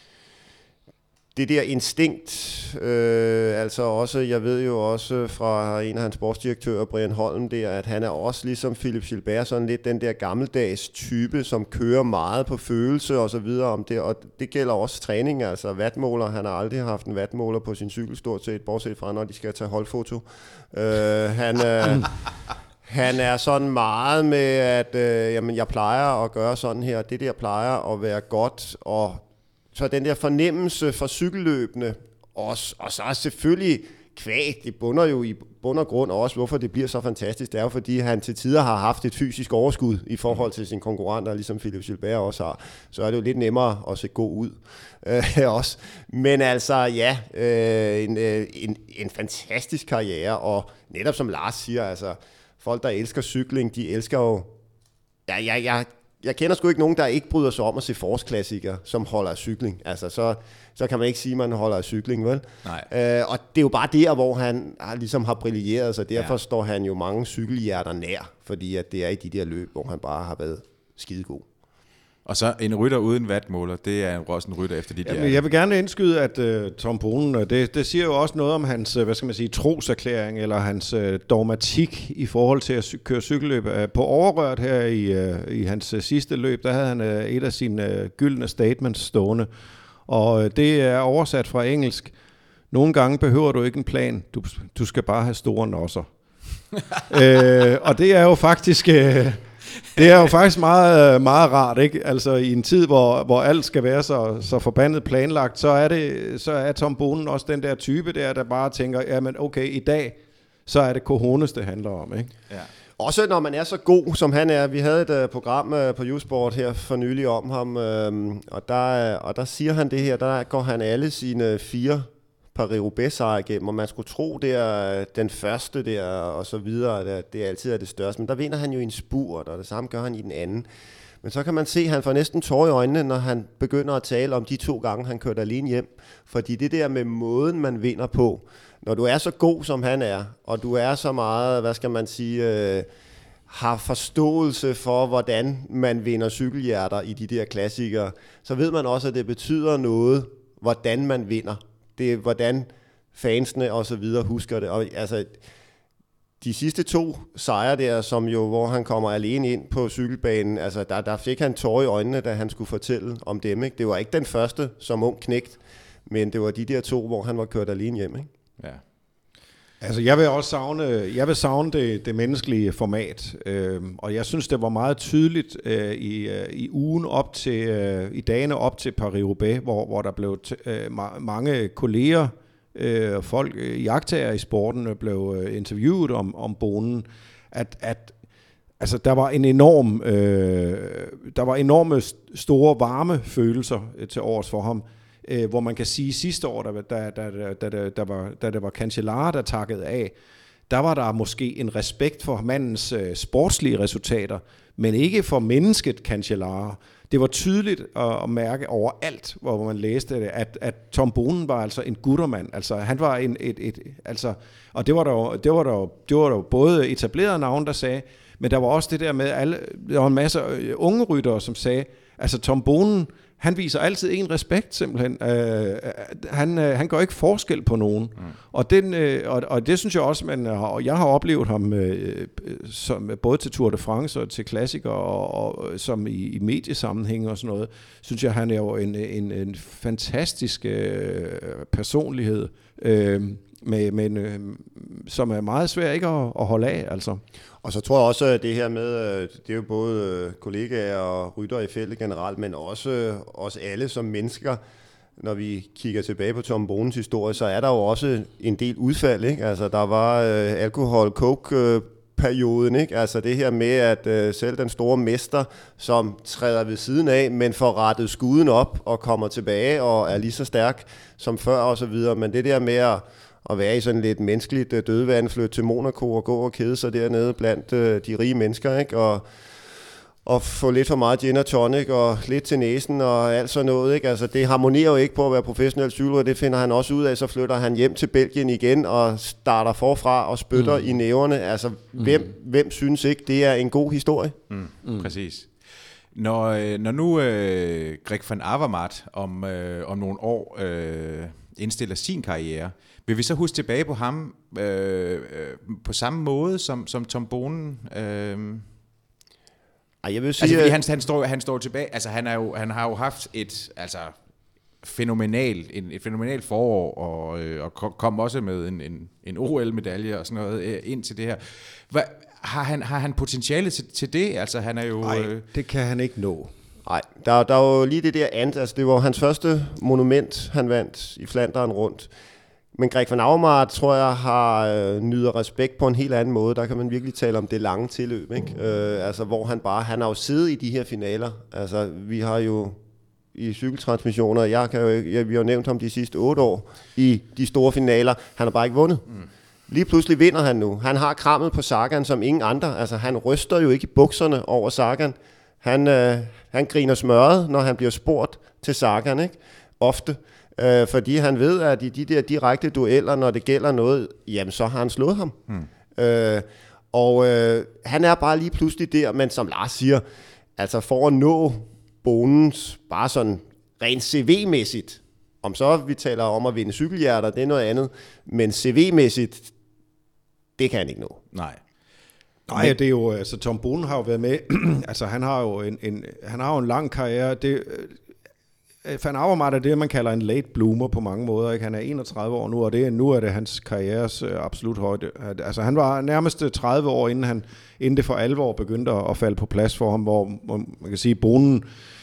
Det der instinkt, øh, altså også, jeg ved jo også fra en af hans sportsdirektører, Brian Holm, der, at han er også ligesom Philip Gilbert, sådan lidt den der gammeldags type, som kører meget på følelse og så videre om det, og det gælder også træning, altså wattmåler. Han har aldrig haft en wattmåler på sin cykel, stort set, bortset fra, når de skal tage holdfoto. Øh, han, øh, han er sådan meget med, at øh, jamen, jeg plejer at gøre sådan her, det der plejer at være godt, og så den der fornemmelse for cykelløbende, også, og så selvfølgelig kvæg, det bunder jo i bund og grund også, hvorfor det bliver så fantastisk. Det er jo fordi, han til tider har haft et fysisk overskud i forhold til sine konkurrenter, ligesom Philip Gilbert også har. Så er det jo lidt nemmere at se god ud øh, også. Men altså, ja, øh, en, øh, en, en fantastisk karriere, og netop som Lars siger, altså, folk, der elsker cykling, de elsker jo... Ja, jeg, jeg, jeg kender sgu ikke nogen, der ikke bryder sig om at se forårsklassikere, som holder af cykling. Altså, så, så kan man ikke sige, at man holder af cykling, vel?
Nej.
Øh, og det er jo bare der, hvor han har, ligesom har brilleret, så derfor
Ja.
står han jo mange cykelhjerter nær, fordi at det er i de der løb, hvor han bare har været skidegod.
Og så en rytter uden wattmåler, det er også en rytter efter de
Jamen,
der...
jeg vil gerne indskyde, at uh, Tom Bonen, det, det siger jo også noget om hans, hvad skal man sige, troserklæring, eller hans uh, dogmatik i forhold til at cy- køre cykelløb. Uh, på Overrørt her i, uh, i hans uh, sidste løb, der havde han uh, et af sine uh, gyldne statements stående, og uh, det er oversat fra engelsk. Nogle gange behøver du ikke en plan, du, du skal bare have store nosser. uh, og det er jo faktisk... Uh, Det er jo faktisk meget, meget rart, ikke? Altså i en tid, hvor, hvor alt skal være så, så forbandet planlagt, så er, det, så er Tom Bonen også den der type der, der bare tænker, jamen okay, i dag, så er det cojones, det handler om, ikke?
Ja.
Også når man er så god, som han er. Vi havde et uh, program uh, på YouSport her for nylig om ham, uh, og, der, uh, og der siger han det her, der går han alle sine fire Paris-Roubaix-sejre igennem, og man skulle tro, det er den første der, og så videre, det, det altid er det største. Men der vinder han jo i en spurt, og det samme gør han i den anden. Men Men så kan man se, at han får næsten tårer i øjnene, når han begynder at tale om de to gange, han kørte alene hjem. Fordi det der med måden, man vinder på, når du er så god, som han er, og du er så meget, hvad skal man sige, øh, har forståelse for, hvordan man vinder cykelhjerter i de der klassikere, så ved man også, at det betyder noget, hvordan man vinder. Det er, hvordan fansene og så videre husker det. Og altså, de sidste to sejre der, som jo, hvor han kommer alene ind på cykelbanen, altså der, der fik han tårer i øjnene, da han skulle fortælle om dem. Ikke? Det var ikke den første som ung knægt, men det var de der to, hvor han var kørt alene hjem. Ikke?
Ja.
Altså, jeg vil også savne, jeg vil savne det, det menneskelige format, øh, og jeg synes, det var meget tydeligt øh, i, øh, i ugen op til, øh, i dagene op til Paris-Roubaix, hvor, hvor der blev t- øh, ma- mange kolleger, øh, folk, øh, jagttager i sporten, blev øh, interviewet om, om Bonen, at, at altså, der var en enorm, øh, der var enorme store varme følelser øh, til års for ham. Øh, hvor man kan sige, sidste år, da, da, da, da, da, da, var, da det var Cancellara, der takkede af, der var der måske en respekt for mandens øh, sportslige resultater, men ikke for mennesket Cancellara. Det var tydeligt at, at mærke overalt, hvor man læste det, at, at Tom Bonen var altså en guttermand. Altså, han var en, et, et, altså, og det var der det var der det var der både etablerede navne, der sagde, men der var også det der med, alle, der var en masse unge ryttere, som sagde, altså Tom Bonen, han viser altid en respekt, simpelthen. Øh, han, øh, han gør ikke forskel på nogen. Mm. Og, den, øh, og, og det synes jeg også, man har, og jeg har oplevet ham øh, som, både til Tour de France og til klassikere, og, og som i, i mediesammenhæng og sådan noget, synes jeg, han er jo en, en, en fantastisk øh, personlighed, øh, med, med en, øh, som er meget svær ikke at, at holde af, altså.
Og så tror jeg også, at det her med, det er jo både kollegaer og ryttere i feltet generelt, men også os alle som mennesker, når vi kigger tilbage på Tom Bonens historie, så er der jo også en del udfald, ikke? Altså, der var øh, alkohol-coke-perioden, ikke? Altså det her med, at øh, selv den store mester, som træder ved siden af, men får rettet skuden op og kommer tilbage og er lige så stærk som før og så videre, men det der med at at være i sådan lidt menneskeligt dødvand, flytte til Monaco og gå og kede sig dernede blandt øh, de rige mennesker, ikke? Og, og få lidt for meget gin og tonic og lidt til næsen og alt sådan noget, ikke? Altså det harmonerer jo ikke på at være professionel cykelrytter, det finder han også ud af, så flytter han hjem til Belgien igen og starter forfra og spytter mm. i næverne. Altså mm. hvem, hvem synes ikke, det er en god historie?
Mm. Mm. Præcis. Når, når nu øh, Greg van Avermaet om, øh, om nogle år øh, indstiller sin karriere, vil vi så huske tilbage på ham øh, øh, på samme måde som, som Tom Bonen? Øh?
Ej, jeg vil sige,
altså, fordi han, han, står, han står tilbage, altså han, er jo, han har jo haft et altså, fænomenal, en, et fænomenalt forår, og, øh, og kom også med en, en, en O L-medalje og sådan noget øh, ind til det her. Hva, har, han, har han potentiale til, til det? Altså han er jo...
Nej,
øh,
det kan han ikke nå.
Nej, der, der var jo lige det der andet, altså det var hans første monument, han vandt i Flandern rundt. Men Greg van Avermaet, tror jeg, har øh, nyder respekt på en helt anden måde. Der kan man virkelig tale om det lange tilløb, ikke? Øh, altså, hvor han bare, han har jo siddet i de her finaler. Altså, vi har jo i cykeltransmissioner, jeg kan jo, jeg, vi har jo nævnt ham de sidste otte år i de store finaler. Han har bare ikke vundet. Mm. Lige pludselig vinder han nu. Han har krammet på Sagan som ingen andre. Altså, han ryster jo ikke i bukserne over Sagan. Han, øh, han griner smørret, når han bliver spurgt til Sagan, ikke? Ofte. Øh, fordi han ved, at i de der direkte dueller, når det gælder noget, jamen så har han slået ham. Hmm. Øh, og øh, han er bare lige pludselig der, men som Lars siger, altså for at nå Bonens, bare sådan rent C V-mæssigt, om så vi taler om at vinde cykelhjerter, det er noget andet, men C V-mæssigt, det kan han ikke nå.
Nej.
Nej, det er jo, altså Tom Bonen har jo været med, altså han har jo en, en, han har jo en lang karriere, det Van Avermaet er det, man kalder en late bloomer på mange måder. Ikke? Han er enogtredive år nu, og det, nu er det hans karrieres øh, absolut højde. Altså, han var nærmest tredive år, inden, han, inden det for alvor begyndte at, at falde på plads for ham, hvor, hvor man kan sige, Bonen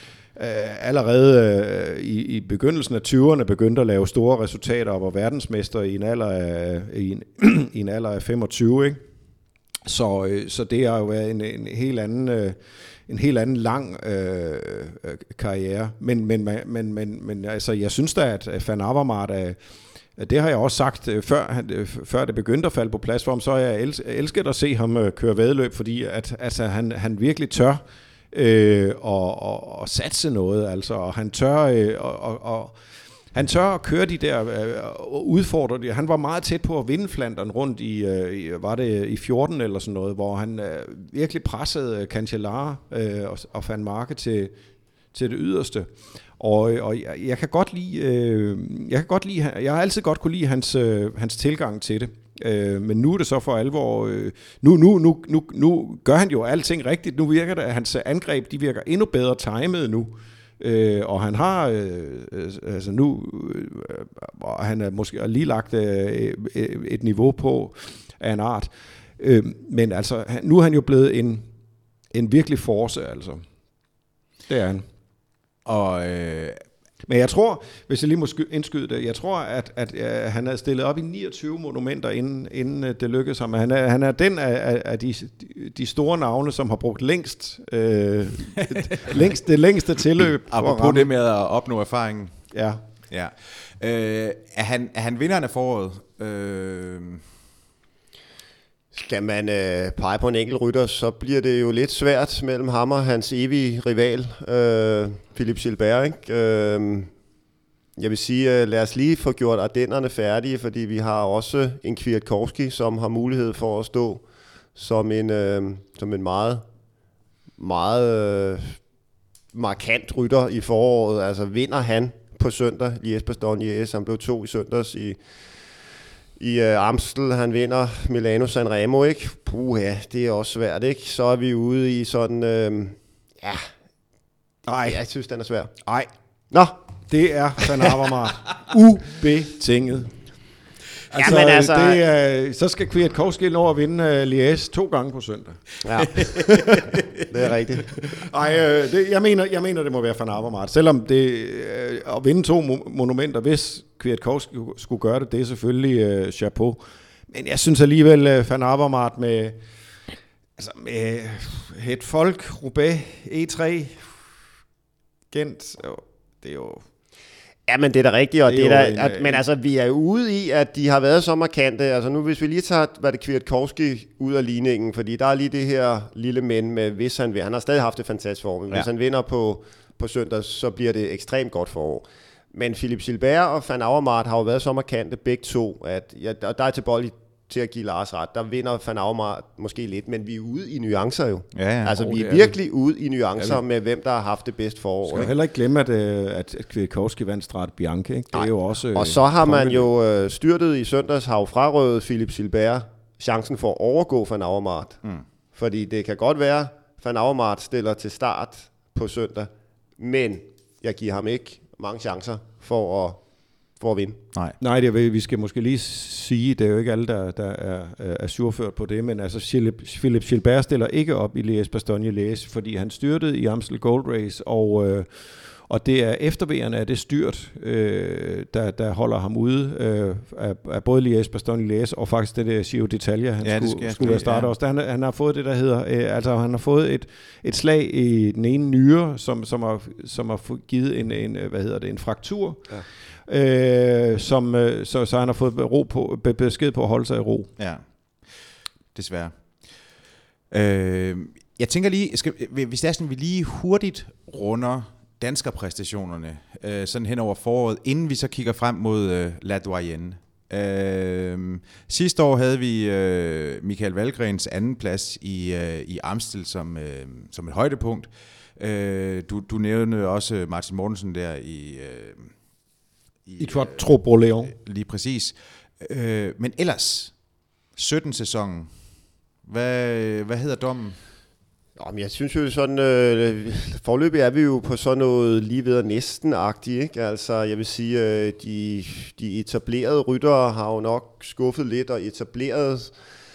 øh, allerede øh, i, i begyndelsen af tyverne begyndte at lave store resultater og var verdensmester i en alder af, i en, i en alder af femogtyve. Ikke? Så, øh, så det har jo været en, en helt anden... Øh, en helt anden lang øh, karriere, men, men, men, men, men altså, jeg synes da, at Van Avermaet, øh, det har jeg også sagt, øh, før, øh, før det begyndte at falde på plads for ham, så har jeg els- elsket at se ham øh, køre væddeløb, fordi at, altså, han, han virkelig tør øh, og, og, og satse noget, altså, og han tør, øh, og, og, og han tør at køre de der, øh, udfordre de. Han var meget tæt på at vinde Flandern rundt i, øh, var det i fjorten eller sådan noget, hvor han øh, virkelig pressede Cancellara øh, og, og Van Marke til, til det yderste. Og, og jeg, jeg kan godt lide, øh, jeg kan godt lide, jeg har altid godt kunne lide hans, øh, hans tilgang til det. Øh, men nu er det så for alvor, øh, nu, nu, nu, nu, nu gør han jo alting rigtigt. Nu virker det, at hans angreb, de virker endnu bedre timet nu. Øh, og han har øh, altså nu øh, han er måske lige lagt øh, et niveau på af en art. Øh, men altså nu er han jo blevet en, en virkelig force, altså. Det er han.
Og øh,
men jeg tror, hvis jeg lige må indskyde det, jeg tror, at, at, at han er stillet op i niogtyve monumenter, inden, inden det lykkedes ham. Han er, han er den af, af de, de store navne, som har brugt længst, øh, længst det længste tilløb.
Apropos det med at opnå erfaringen.
Ja.
Ja. Øh, er, han, er han vinderen af foråret? Øh...
Skal man øh, pege på en enkelt rytter, så bliver det jo lidt svært mellem ham og hans evige rival, øh, Philippe Gilbert, ikke? Øh, jeg vil sige, øh, lad os lige få gjort Ardennerne færdige, fordi vi har også en Kwiatkowski, som har mulighed for at stå som en, øh, som en meget, meget øh, markant rytter i foråret. Altså vinder han på søndag, Liège-Bastogne-Liège, han blev to i søndags i I uh, Amstel, han vinder Milano Sanremo, ikke? Puh, ja, det er også svært, ikke? Så er vi ude i sådan, øh, ja,
Nej,
jeg synes, den er svær.
nej,
Nå,
det er Van Avermaet. Ubetinget. Altså,
Jamen, altså-
det er, så skal Kwiatkowski nå at vinde uh, Liège to gange på søndag.
ja, det er rigtigt.
Ej, øh, det, jeg, mener, jeg mener, det må være Van Avermaet. Selvom det, øh, at vinde to mo- monumenter, hvis Kwiatkowski skulle gøre det, det er selvfølgelig øh, chapeau. Men jeg synes alligevel, øh, Van Avermaet med, altså med Het Folk, Roubaix, E tre, Gent, jo, det er jo...
Ja, men det er da rigtigt, og
Det
det
er
er
jo
da,
en,
at, men altså, vi er jo ude i, at de har været så markante. Altså nu, hvis vi lige tager, hvad det Kwiatkowski ud af ligningen, fordi der er lige det her lille men med, hvis han vil. Han har stadig haft et fantastisk forår, men ja. Hvis han vinder på, på søndag, så bliver det ekstremt godt forår. Men Philippe Gilbert og Van Avermaet har jo været så markante begge to, at ja, der, der er tilbøjelig til at give Lars ret. Der vinder Van Avermaet måske lidt, men vi er ude i nuancer jo.
Ja, ja.
Altså,
Oh,
vi
det
er
er
virkelig ude i nuancer
Ja,
med, hvem der har haft det bedste forår.
skal
Ikke?
heller ikke glemme, at, øh, at Kwiatkowski vandt Strade Bianche, ikke? Det er jo også... Øh,
Og så har man
kongeligt.
jo øh, styrtet i søndags, har jo frarøvet Philippe Gilbert chancen for at overgå Van Avermaet. Mm. Fordi det kan godt være, Van Avermaet stiller til start på søndag, men jeg giver ham ikke mange chancer for at, for at vinde.
Nej.
Nej, det er, vi skal måske lige sige, det er jo ikke alle, der, der er, er surført på det, men altså Philippe Gilbert stiller ikke op i Liège-Bastogne-Liège, fordi han styrtede i Amstel Gold Race, og, øh, og det er efterværende af det styrt, øh, der, der holder ham ude øh, af, af både Liège-Bastogne-Liège og faktisk det der Giro d'Italia, han
Ja, det
skulle,
skal-
skulle være startet
ja.
også. Han, han har fået det, der hedder, øh, altså han har fået et, et slag i den ene nyre, som, som, har, som har givet en, en, hvad hedder det, en fraktur, ja. Øh, som, øh, så, så han har fået ro på, be- besked på at holde sig i ro.
Ja, desværre. Øh, jeg tænker lige, skal, hvis det er sådan, vi lige hurtigt runder danskerpræstationerne, øh, sådan hen over foråret, inden vi så kigger frem mod øh, La Doyenne. Øh, sidste år havde vi øh, Michael Valgrens anden plads i, øh, i Amstel som, øh, som et højdepunkt. Øh, du, du nævnte også Martin Mortensen der i... Øh,
I Trois Broléon.
Lige præcis. Øh, men ellers, sytten-sæsonen, hvad, hvad hedder dommen?
Nå, men jeg synes jo sådan, øh, forløbig er vi jo på sådan noget lige ved næsten-agtigt, ikke? Altså, jeg vil sige, øh, de, de etablerede ryttere har jo nok skuffet lidt og etableret.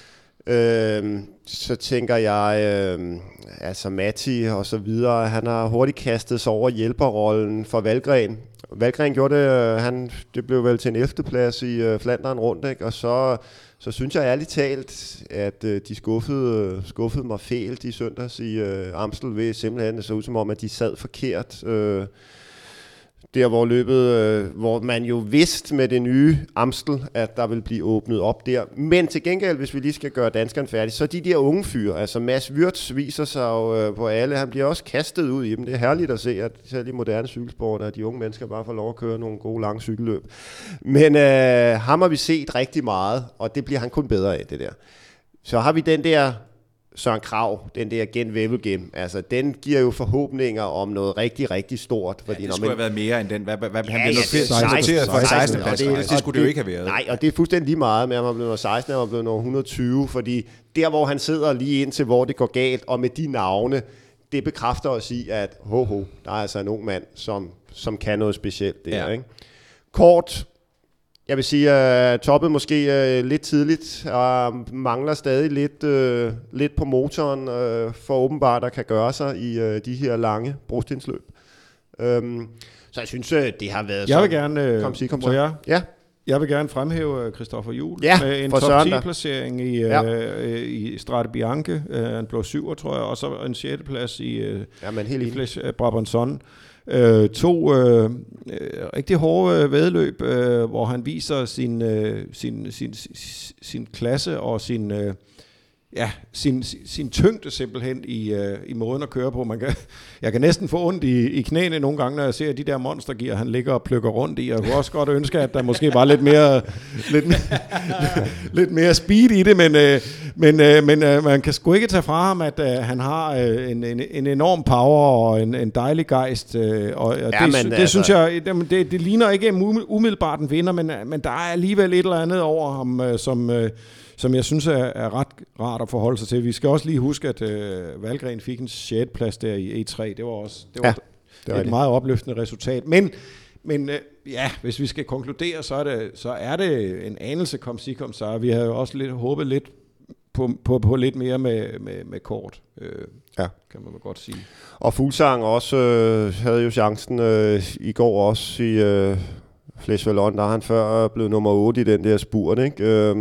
Øh, så tænker jeg, øh, altså Matti og så videre, han har hurtigt kastet sig over hjælperrollen for Valgren. Valgren gjorde det, øh, han, det blev vel til en ellevte plads i øh, Flandern rundt, ikke? Og så, så synes jeg ærligt talt, at øh, de skuffede, skuffede mig fælt i søndags i øh, Amstel ved simpelthen, det så ud som om, at de sad forkert. Øh, Der hvor løbet, øh, hvor man jo vidste med det nye Amstel, at der vil blive åbnet op der. Men til gengæld, hvis vi lige skal gøre danskerne færdige, så de der unge fyre, altså Mads Wirtz viser sig jo øh, på alle, han bliver også kastet ud i dem. Det er herligt at se, at selv i moderne cykelsport, at de unge mennesker bare får lov at køre nogle gode lange cykelløb. Men øh, ham har vi set rigtig meget, og det bliver han kun bedre af, det der. Så har vi den der Søren Kragh, den der Gent Wevelgem, altså den giver jo forhåbninger om noget rigtig, rigtig stort.
Fordi
ja,
det skulle have været mere end den. Hvad, hvad,
ja,
han blev
ja,
noteret for seksten
plads,
det, det, det skulle det jo ikke have været.
Nej, og det er fuldstændig lige meget med, at man blev nummer seksten, og man blev nummer et hundrede og tyve, fordi der, hvor han sidder lige indtil, hvor det går galt, og med de navne, det bekræfter os i, at ho, ho, der er altså en ung mand, som, som kan noget specielt der. Ja. Ikke? Kort, jeg vil sige, at uh, toppet måske uh, lidt tidligt, og mangler stadig lidt, uh, lidt på motoren, uh, for åbenbart, der kan gøre sig i uh, de her lange brostenssløb. Um, så jeg synes, uh, det har været
jeg vil gerne, uh,
kom, sig, kom
så jeg,
ja.
jeg vil gerne fremhæve Christopher Juhl
ja,
med en top ti-placering i, ja. uh, i Strade Bianche. Uh, han blev syver, tror jeg, og så en sjette plads i, uh,
ja, men helt
i Flèche uh, Brabançon. Øh, to øh, øh, rigtig hårde øh, væddeløb, øh, hvor han viser sin, øh, sin, sin, sin, sin klasse og sin, øh, ja, sin, sin tyngde simpelthen i, øh, i måden at køre på. Man kan, jeg kan næsten få ondt i, i knæene nogle gange, når jeg ser de der monstergear, han ligger og plukker rundt i. Jeg kunne også godt ønske, at der måske var lidt mere, lidt, lidt mere speed i det, men, øh, men, øh, men øh, man kan sgu ikke tage fra ham, at øh, han har øh, en, en, en enorm power og en, en dejlig gejst. Øh, og, og ja, det, det altså, synes jeg, det, det, det ligner ikke umiddelbart en vinder, men, men der er alligevel et eller andet over ham, øh, som... Øh, som jeg synes er, er ret rart at forholde sig til. Vi skal også lige huske, at øh, Valgren fik en sjette plads der i E tre. Det var også det var
ja, det var
et det. meget opløftende resultat. Men, men øh, ja, hvis vi skal konkludere, så er det, så er det en anelse kom sig kom så. Vi havde jo også lidt, håbet lidt på, på, på lidt mere med, med, med kort, øh, ja. kan man godt sige.
Og Fuglsang også øh, havde jo chancen øh, i går også i øh, Flèche Wallonne, der han før blevet nummer otte i den der spurt, ikke? Øh,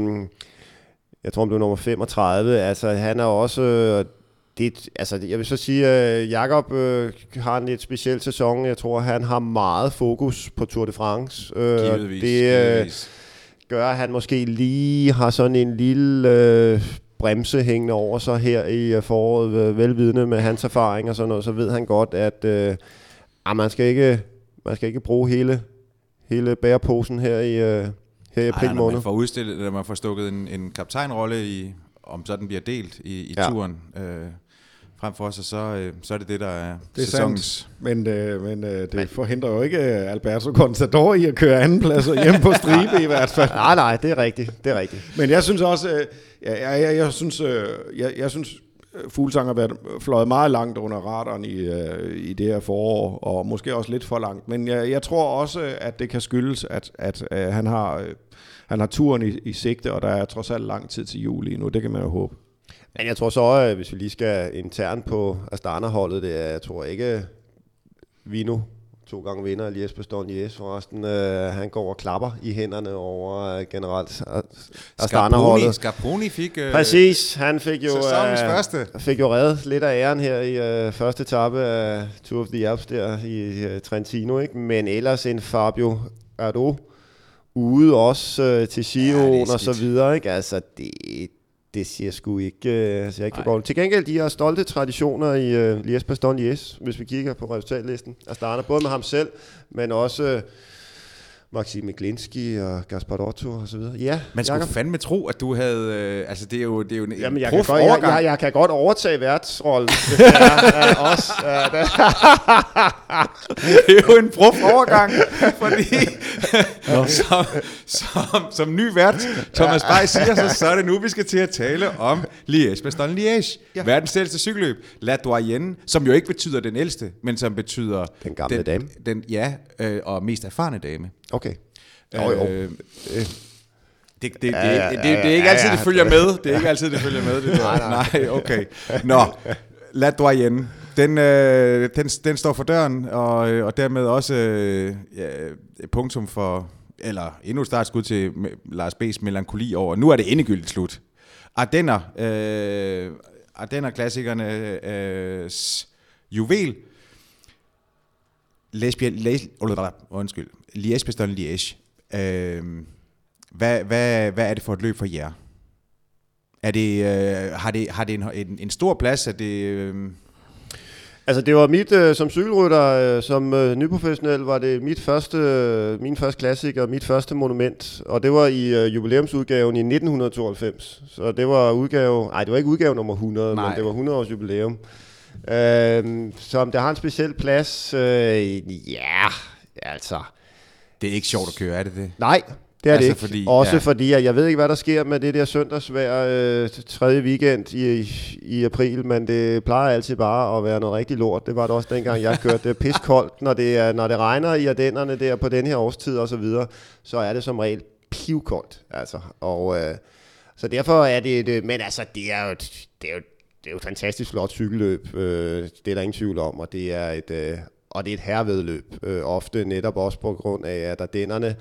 Jeg tror, han blev nummer femogtredive. Altså, han er også... Øh, det, altså, jeg vil så sige, at øh, Jakob øh, har en lidt speciel sæson. Jeg tror, han har meget fokus på Tour de France. Øh,
givetvis,
det øh, gør, at han måske lige har sådan en lille øh, bremse hængende over sig her i øh, foråret. Øh, velvidende med hans erfaring og sådan noget, så ved han godt, at øh, ah, man, skal ikke, man skal ikke bruge hele, hele bæreposen her i... Øh, her i april måned.
Når man får udstillet, eller man får stukket en, en kaptajnrolle i, om sådan bliver delt i, i ja. turen øh, frem for sig, så, øh, så er det det, der er,
det er
sæsonens...
Sandt. Men, øh, men øh, det men. forhindrer jo ikke Alberto Contador i at køre andenpladser hjemme på stribe i hvert fald.
Nej, nej, det er rigtigt, det er rigtigt.
Men jeg synes også, øh, jeg, jeg, jeg, jeg synes, øh, jeg, jeg synes Fuglsang har været fløjet meget langt under radaren i, øh, i det her forår, og måske også lidt for langt. Men jeg, jeg tror også, at det kan skyldes, at, at øh, han har... Øh, Han har turen i, i sigte, og der er trods alt lang tid til juli nu. Det kan man jo håbe.
Men jeg tror så, hvis vi lige skal internt på Astana-holdet, det er, jeg tror ikke, Vino, to gange vinder af Liège-Bastogne-Liège forresten, øh, han går og klapper i hænderne over øh, generelt Astana-holdet.
Scarponi fik... Øh,
Præcis, han fik jo,
øh,
fik jo reddet lidt af æren her i øh, første etape af Tour of the Alps der i øh, Trentino, ikke? Men ellers en Fabio Ardo ude også øh, til Giroen ja, og så videre, ikke? Altså, det, det siger sgu ikke, øh, altså, ikke for godt. Til gengæld, de har stolte traditioner i øh, Liège-Bastogne-Liège, hvis vi kigger på resultatlisten. Astana, både med ham selv, men også øh, Maxime Glinski og Gasparotto og så videre. Ja,
man skulle Jacob. fandme tro, at du havde... Øh, altså, det er jo, det er jo en,
Jamen, jeg
prof
kan godt,
overgang.
Jeg, jeg, jeg kan godt overtage værtsrollen, hvis det er uh, os. Uh,
det er jo en prof overgang, fordi som, som, som ny vært, Thomas Bay siger, så, så er det nu, vi skal til at tale om Liège-Bastogne-Liège. Ja. Verdens ældste cykelløb, La Doyenne, som jo ikke betyder den ældste, men som betyder...
Den gamle
den,
dame.
Den, ja, øh, og mest erfarne dame.
Okay. Jo, jo. Øh,
det, det, det, ja, ja, det, det, det er ikke altid, det følger med. Det er ikke altid, det følger med. Det nej, nej. nej, okay. Nå, La Doyenne. Den, øh, den, den står for døren, og, og dermed også øh, ja, punktum for, eller endnu et startskud til Lars B's melankoli over. Nu er det endegyldigt slut. Ardenner, øh, Ardenner-klassikerne øh, juvel. Liège, undskyld, Liège-Bastogne-Liège. Øh, hvad, hvad, hvad er det for et løb for jer? Er det, øh, har det, har det en, en, en stor plads? Er det... Øh...
Altså det var mit, øh, som cykelrytter, øh, som øh, nyprofessionel, var det mit første, øh, min første klassiker, mit første monument, og det var i øh, jubilæumsudgaven i nitten tooghalvfems. Så det var udgave, nej det var ikke udgave nummer hundrede, nej. Men det var hundrede års jubilæum. Øh, så om det har en speciel plads, øh, ja, altså...
Det er ikke sjovt at køre, er det det?
Nej. Det er altså det ikke.
Fordi,
Også
ja.
fordi, at jeg ved ikke, hvad der sker med det der søndagsvejr øh, tredje weekend i, i april, men det plejer altid bare at være noget rigtig lort. Det var det også dengang, jeg kørte. Det er piskoldt, når det, er, når det regner i Ardennerne der på den her årstid og så videre, så er det som regel pivkoldt. Altså. Og, øh, så derfor er det, et, men altså, det er jo et, det er jo, det er jo et fantastisk flot cykelløb. Øh, det er der ingen tvivl om, og det er et, øh, og det er et herrevedløb. Øh, ofte netop også på grund af, at Ardennerne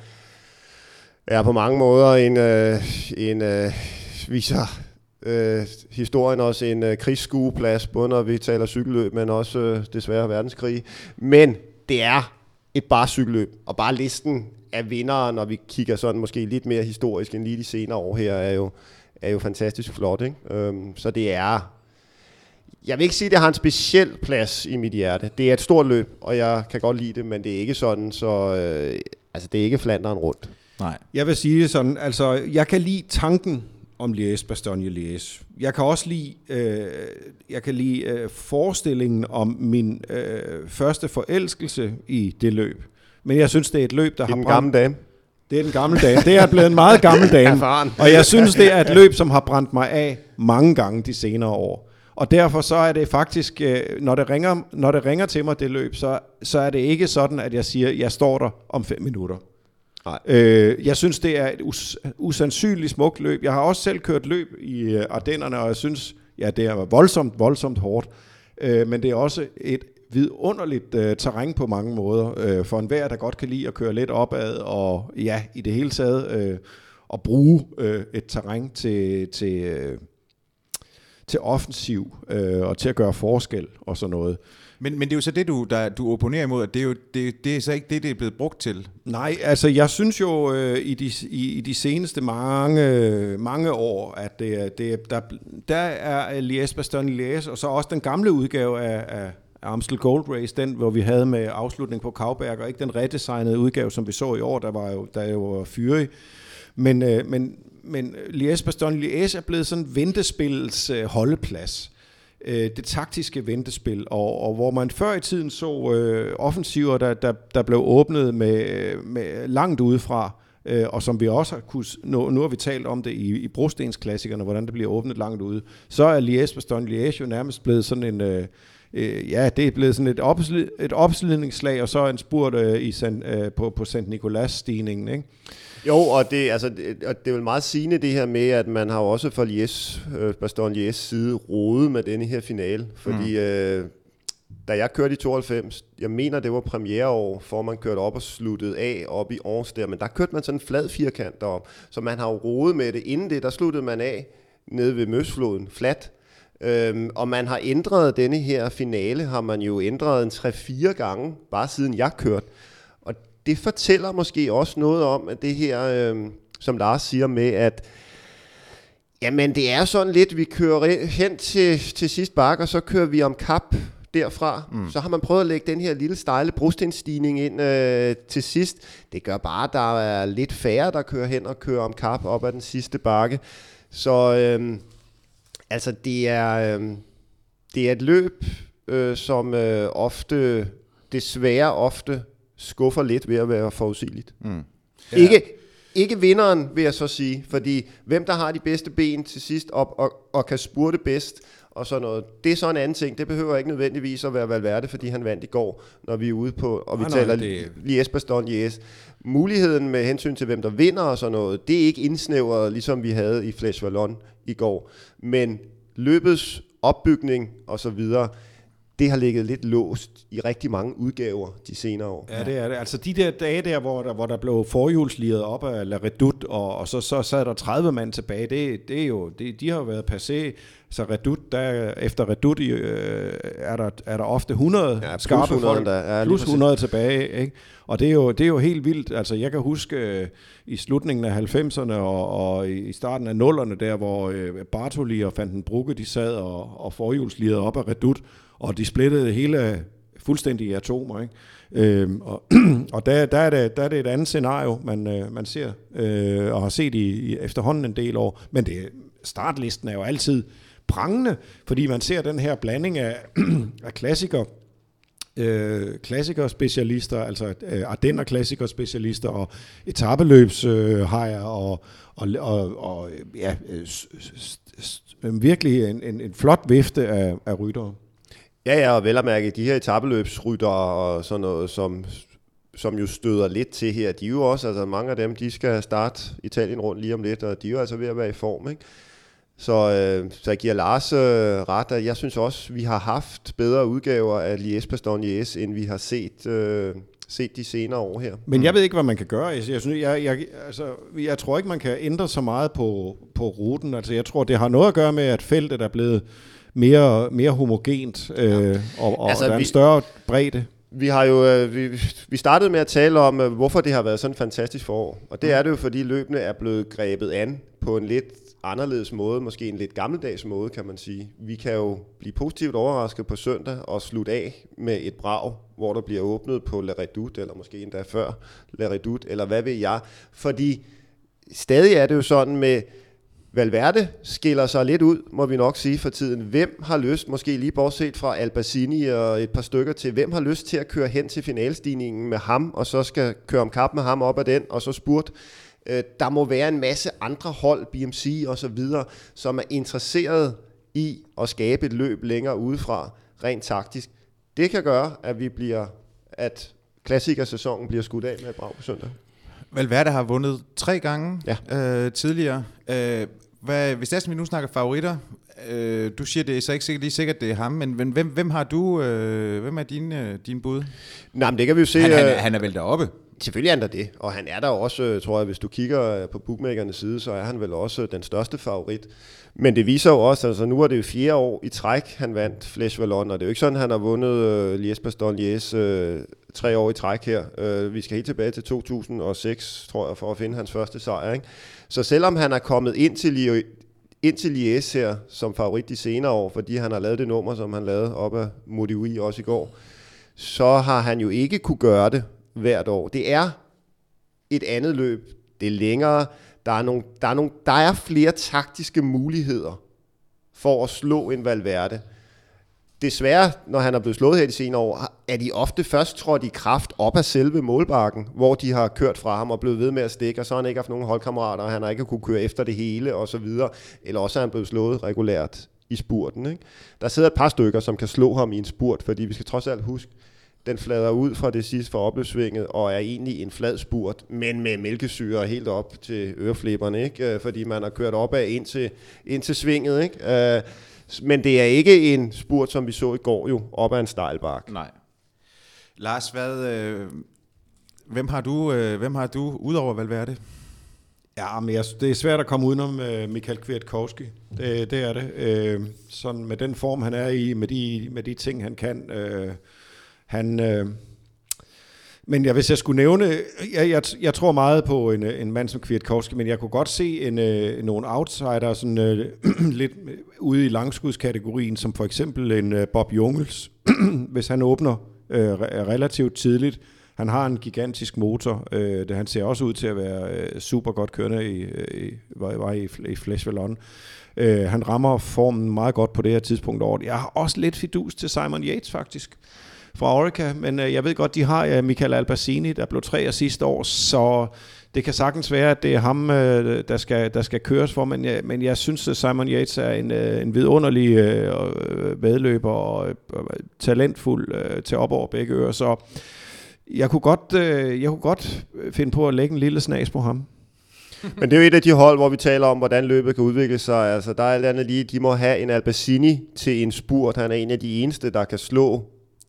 er på mange måder en, øh, en øh, viser øh, historien også en øh, krigsskueplads, både når vi taler cykelløb, men også øh, desværre verdenskrig. Men det er et bare cykelløb, og bare listen af vindere, når vi kigger sådan måske lidt mere historisk end lige de senere år her, er jo, er jo fantastisk flot. Ikke? Øhm, så det er, jeg vil ikke sige, at det har en speciel plads i mit hjerte. Det er et stort løb, og jeg kan godt lide det, men det er ikke sådan, så øh, altså det er ikke Flandern rundt.
Nej. Jeg vil sige det sådan, altså jeg kan lide tanken om Liège-Bastogne-Liège. Jeg kan også lide, øh, jeg kan lide øh, forestillingen om min øh, første forelskelse i det løb. Men jeg synes, det er et løb, der
det er
har
den gamle dame.
Det er den gamle dame. Det er blevet en meget gammel dame. Og jeg synes, det er et løb, som har brændt mig af mange gange de senere år. Og derfor så er det faktisk, når det ringer, når det ringer til mig, det løb, så, så er det ikke sådan, at jeg siger, jeg står der om fem minutter. Nej. Øh, jeg synes, det er et us- usandsynligt smukt løb. Jeg har også selv kørt løb i Ardennerne, og jeg synes, ja, det er voldsomt, voldsomt hårdt. Øh, men det er også et vidunderligt øh, terræn på mange måder, øh, for enhver, der godt kan lide at køre lidt opad, og ja, i det hele taget, øh, at bruge øh, et terræn til, til, øh, til offensiv, øh, og til at gøre forskel, og sådan noget.
Men, men det er jo så det, du, der, du opponerer imod, at det er jo det, det er så ikke det, det er blevet brugt til.
Nej, altså jeg synes jo øh, i, de, i, i de seneste mange, mange år, at det, det, der, der er Liège-Bastogne-Liège, og så også den gamle udgave af, af Amstel Gold Race, den hvor vi havde med afslutning på Kauberg, og ikke den redesignede udgave, som vi så i år, der var jo, der jo Fury. Men, øh, men, men Liège-Bastogne-Liège er blevet sådan ventespillets øh, holdeplads. Det taktiske ventespil, og, og hvor man før i tiden så øh, offensiver, der, der, der blev åbnet med, med langt udefra, øh, og som vi også har kunne, nu, nu har vi talt om det i, i brostensklassikerne, hvordan det bliver åbnet langt ude, så er Liège-Bastogne-Liège jo nærmest blevet sådan en, øh, øh, ja, det er blevet sådan et, opslid, et opslidningsslag, og så en spurt øh, i San, øh, på, på Sankt Nicolas-stigningen, ikke?
Jo, og det, altså, det, og det er vel meget sigende det her med, at man har også fra Liège-Bastogne-Lièges side rodet med denne her finale, fordi mm. øh, da jeg kørte i tooghalvfems, jeg mener det var premiereår, for man kørte op og sluttede af op i Aarhus der, men der kørte man sådan en flad firkant derop, så man har jo rodet med det. Inden det, der sluttede man af nede ved Møsfloden, flat, øhm, og man har ændret denne her finale, har man jo ændret en tre-fire gange, bare siden jeg kørte. Det fortæller måske også noget om, at det her, øh, som Lars siger med, at jamen, det er sådan lidt, vi kører hen til, til sidst bakke, og så kører vi om kap derfra. Mm. Så har man prøvet at lægge den her lille stejle brostenstigning ind øh, til sidst. Det gør bare, at der er lidt færre, der kører hen og kører om kap op ad den sidste bakke. Så øh, altså, det er, øh, det er et løb, øh, som øh, ofte, desværre ofte, skuffer lidt ved at være forudsigeligt. Mm. Ja. Ikke, ikke vinderen, vil jeg så sige, fordi hvem der har de bedste ben til sidst op og, og kan spurte bedst og sådan noget, det er så en anden ting. Det behøver ikke nødvendigvis at være Valverde, fordi han vandt i går, når vi er ude på, og vi ah, taler det... Liège-Bastogne-Liège. Muligheden med hensyn til, hvem der vinder og sådan noget, det er ikke indsnævret, ligesom vi havde i Flèche Wallonne i går. Men løbets opbygning og så videre, det har ligget lidt låst i rigtig mange udgaver de senere år.
Ja, det er det. Altså de der dage der, hvor der, hvor der blev forhjulsliret op af La Redoute, og, og så, så sad der tredive mand tilbage, det, det er jo, det, de har jo været passé. Så Redoute, der, efter Redoute øh, er, der, er der ofte hundrede
ja,
skarpe
hundrede
folk,
der. Ja,
plus hundrede tilbage. Ikke? Og det er, jo, det er jo helt vildt. Altså, jeg kan huske øh, i slutningen af halvfemserne og, og i starten af nullerne, der hvor øh, Bartoli og Van den Brugge, de sad og, og forhjulslirede op af Redoute, og de splittede hele fuldstændig i atomer. Ikke? Øhm, og og der, der, er det, der er det et andet scenario, man, øh, man ser øh, og har set i, i efterhånden en del år. Men det, startlisten er jo altid prangende, fordi man ser den her blanding af, af klassikere, øh, klassikerspecialister, altså øh, Ardenner-klassikerspecialister og etapeløbshajer øh, og, og, og, og ja, øh, s, s, s, virkelig en, en, en flot vifte af, af ryttere.
Ja, ja, og vel at mærke, de her etapeløbsryttere og sådan noget, som, som jo støder lidt til her, de er jo også, altså mange af dem, de skal starte Italien rundt lige om lidt, og de er jo altså ved at være i form, ikke? Så, øh, så jeg giver Lars øh, ret, at jeg synes også, vi har haft bedre udgaver af Liège-Bastogne-Liège, end vi har set, øh, set de senere år her.
Men jeg ved ikke, hvad man kan gøre. Jeg, synes, jeg, jeg, altså, jeg tror ikke, man kan ændre så meget på, på ruten. Altså, jeg tror, det har noget at gøre med, at feltet er blevet mere, mere homogent, øh, og, og altså, der er en vi, større bredde.
Vi har jo øh, vi, vi startede med at tale om, øh, hvorfor det har været sådan fantastisk forår. Og det er det jo, fordi løbene er blevet grebet an på en lidt anderledes måde, måske en lidt gammeldags måde, kan man sige. Vi kan jo blive positivt overrasket på søndag og slutte af med et brag, hvor der bliver åbnet på La Redoute, eller måske endda før La Redoute, eller hvad ved jeg. Fordi stadig er det jo sådan med Valverde skiller sig lidt ud, må vi nok sige for tiden. Hvem har lyst, måske lige bortset fra Albacini og et par stykker til, hvem har lyst til at køre hen til finalstigningen med ham, og så skal køre om kap med ham op ad den, og så spurt. Der må være en masse andre hold, B M C og så videre, som er interesseret i at skabe et løb længere udefra, rent taktisk. Det kan gøre, at vi bliver, at klassikersæsonen bliver skudt af med et brag på søndag.
Valverde har vundet tre gange
ja.
øh, tidligere. Øh, hvad, hvis det er, vi nu snakker favoritter, øh, du siger, det er så ikke sikkert, lige sikkert, det er ham, men, men hvem, hvem har du, øh, hvem er dine, øh, dine bud?
Nej, men det kan vi jo se.
Han, han, han er vel deroppe?
Selvfølgelig er han der det, og han er der også, tror jeg, hvis du kigger på bookmakernes side, så er han vel også den største favorit. Men det viser jo også, altså nu er det jo fjerde år i træk, han vandt Flèche Wallonne, og det er jo ikke sådan, han har vundet uh, Liège-Bastogne-Liège uh, tre år i træk her. Uh, vi skal helt tilbage til to tusind og seks, tror jeg, for at finde hans første sejr, ikke? Så selvom han er kommet ind til, Li- ind til Liège her som favorit de senere år, fordi han har lavet det nummer, som han lavede op af Modiui også i går, så har han jo ikke kunne gøre det hvert år. Det er et andet løb. Det er længere. Der er, nogle, der, er nogle, der er flere taktiske muligheder for at slå en Valverde. Desværre, når han er blevet slået her de senere år, er de ofte først trådt i kraft op af selve målbakken, hvor de har kørt fra ham og blevet ved med at stikke, og så har han ikke haft nogen holdkammerater, og han har ikke kunne køre efter det hele, og så videre. Eller også er han blevet slået regulært i spurten, ikke? Der sidder et par stykker, som kan slå ham i en spurt, fordi vi skal trods alt huske, den flader ud fra det sidste for opløbssvinget, og er egentlig en flad spurt, men med mælkesyre helt op til øreflipperne, ikke? Fordi man har kørt opad ind til, ind til svinget, ikke? Men det er ikke en spurt, som vi så i går jo, op ad en stejl bakke.
Nej. Lars, hvad, øh, hvem har du, øh, hvem har du udover Valverde?
Ja, men jeg, det er svært at komme udenom øh, Michael Kwiatkowski. Det, det er det. Øh, sådan med den form, han er i, med de, med de ting, han kan. Øh, han... Øh, Men ja, hvis jeg skulle nævne, jeg, jeg, jeg tror meget på en, en mand som Kwiatkowski, men jeg kunne godt se en, øh, nogle outsider sådan, øh, lidt ude i langskudskategorien, som for eksempel en øh, Bob Jungels, hvis han åbner øh, relativt tidligt. Han har en gigantisk motor. Øh, det, han ser også ud til at være øh, super godt kørende i, i, var i, i Flèche Wallonne. Øh, han rammer formen meget godt på det her tidspunkt over. Jeg har også lidt fidus til Simon Yates faktisk, fra Orica, men øh, jeg ved godt, de har ja, Michael Albacini, der blev tre af sidste år, så det kan sagtens være, at det er ham, øh, der, skal, der skal køres for, men jeg, men jeg synes, at Simon Yates er en, øh, en vidunderlig øh, vedløber og øh, talentfuld øh, til op over begge ører, så jeg kunne, godt, øh, jeg kunne godt finde på at lægge en lille snas på ham.
Men det er jo et af de hold, hvor vi taler om, hvordan løbet kan udvikle sig. Altså, der er et andet lige, de må have en Albacini til en spurt. Han er en af de eneste, der kan slå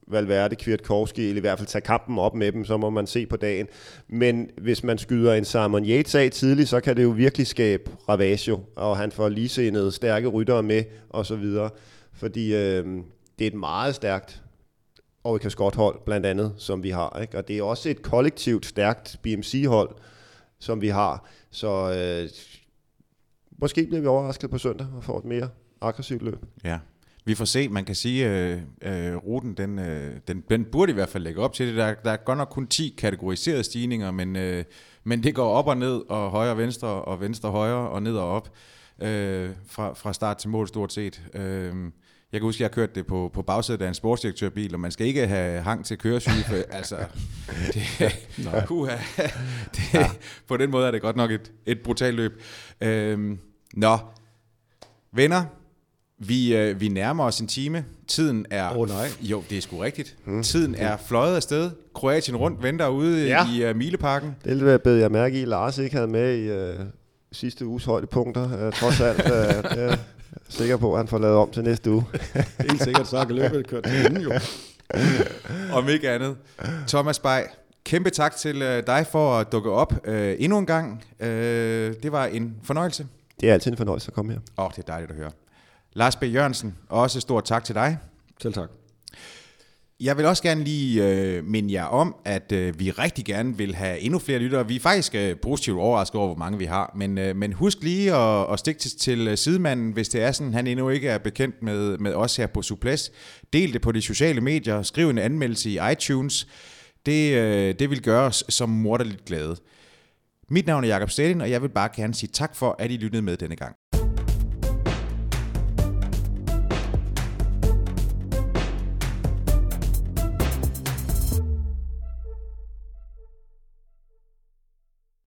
Valverde, Kwiatkowski, eller i hvert fald tage kampen op med dem, så må man se på dagen. Men hvis man skyder en Simon Yates af tidligt, så kan det jo virkelig skabe ravage, og han får ligesindede, stærke ryttere med, og så videre. Fordi øh, det er et meget stærkt Orica Scott-hold, blandt andet, som vi har. Ikke? Og det er også et kollektivt stærkt B M C-hold, som vi har. Så øh, måske bliver vi overrasket på søndag og får et mere aggressivt løb.
Ja, vi får se. Man kan sige, at øh, øh, ruten den, øh, den, den burde i hvert fald lægge op til det. Der, der er godt nok kun ti kategoriserede stigninger, men, øh, men det går op og ned, og højre og venstre, og venstre og højre, og ned og op, øh, fra, fra start til mål stort set. Øh, Jeg kan huske, at jeg kørte det på, på bagsædet af en sportsdirektørbil, og man skal ikke have hang til køresyge, for altså, det, uh, det, ja. På den måde er det godt nok et, et brutalt løb. Øhm, nå, venner, vi, øh, vi nærmer os en time. Tiden er...
Åh oh, nej.
Jo, det er sgu rigtigt. Hmm. Tiden er fløjet afsted. Kroatien rundt venter ude ja. i uh, Mileparken.
Det vil jeg bede jer mærke i, Lars ikke havde med i uh, sidste uges højdepunkter. Uh, trods alt... Uh, uh, sikker på, at han får lavet om til næste uge.
Helt sikkert, så kan løbet kørt til inden jo.
Om ikke andet. Thomas Bay, kæmpe tak til øh, dig for at dukke op øh, endnu en gang. Øh, det var en fornøjelse.
Det er altid en fornøjelse at komme her.
Åh, oh, det er dejligt at høre. Lars B. Jørgensen, også stort tak til dig.
Selv tak.
Jeg vil også gerne lige øh, minde jer om, at øh, vi rigtig gerne vil have endnu flere lyttere. Vi er faktisk øh, positivt overrasket over, hvor mange vi har. Men, øh, men husk lige at, at stikke til, til sidemanden, hvis det er sådan, han endnu ikke er bekendt med, med os her på Suples. Del det på de sociale medier. Skriv en anmeldelse i iTunes. Det, øh, det vil gøre os som morderligt glade. Mit navn er Jakob Stedin, og jeg vil bare gerne sige tak for, at I lyttede med denne gang.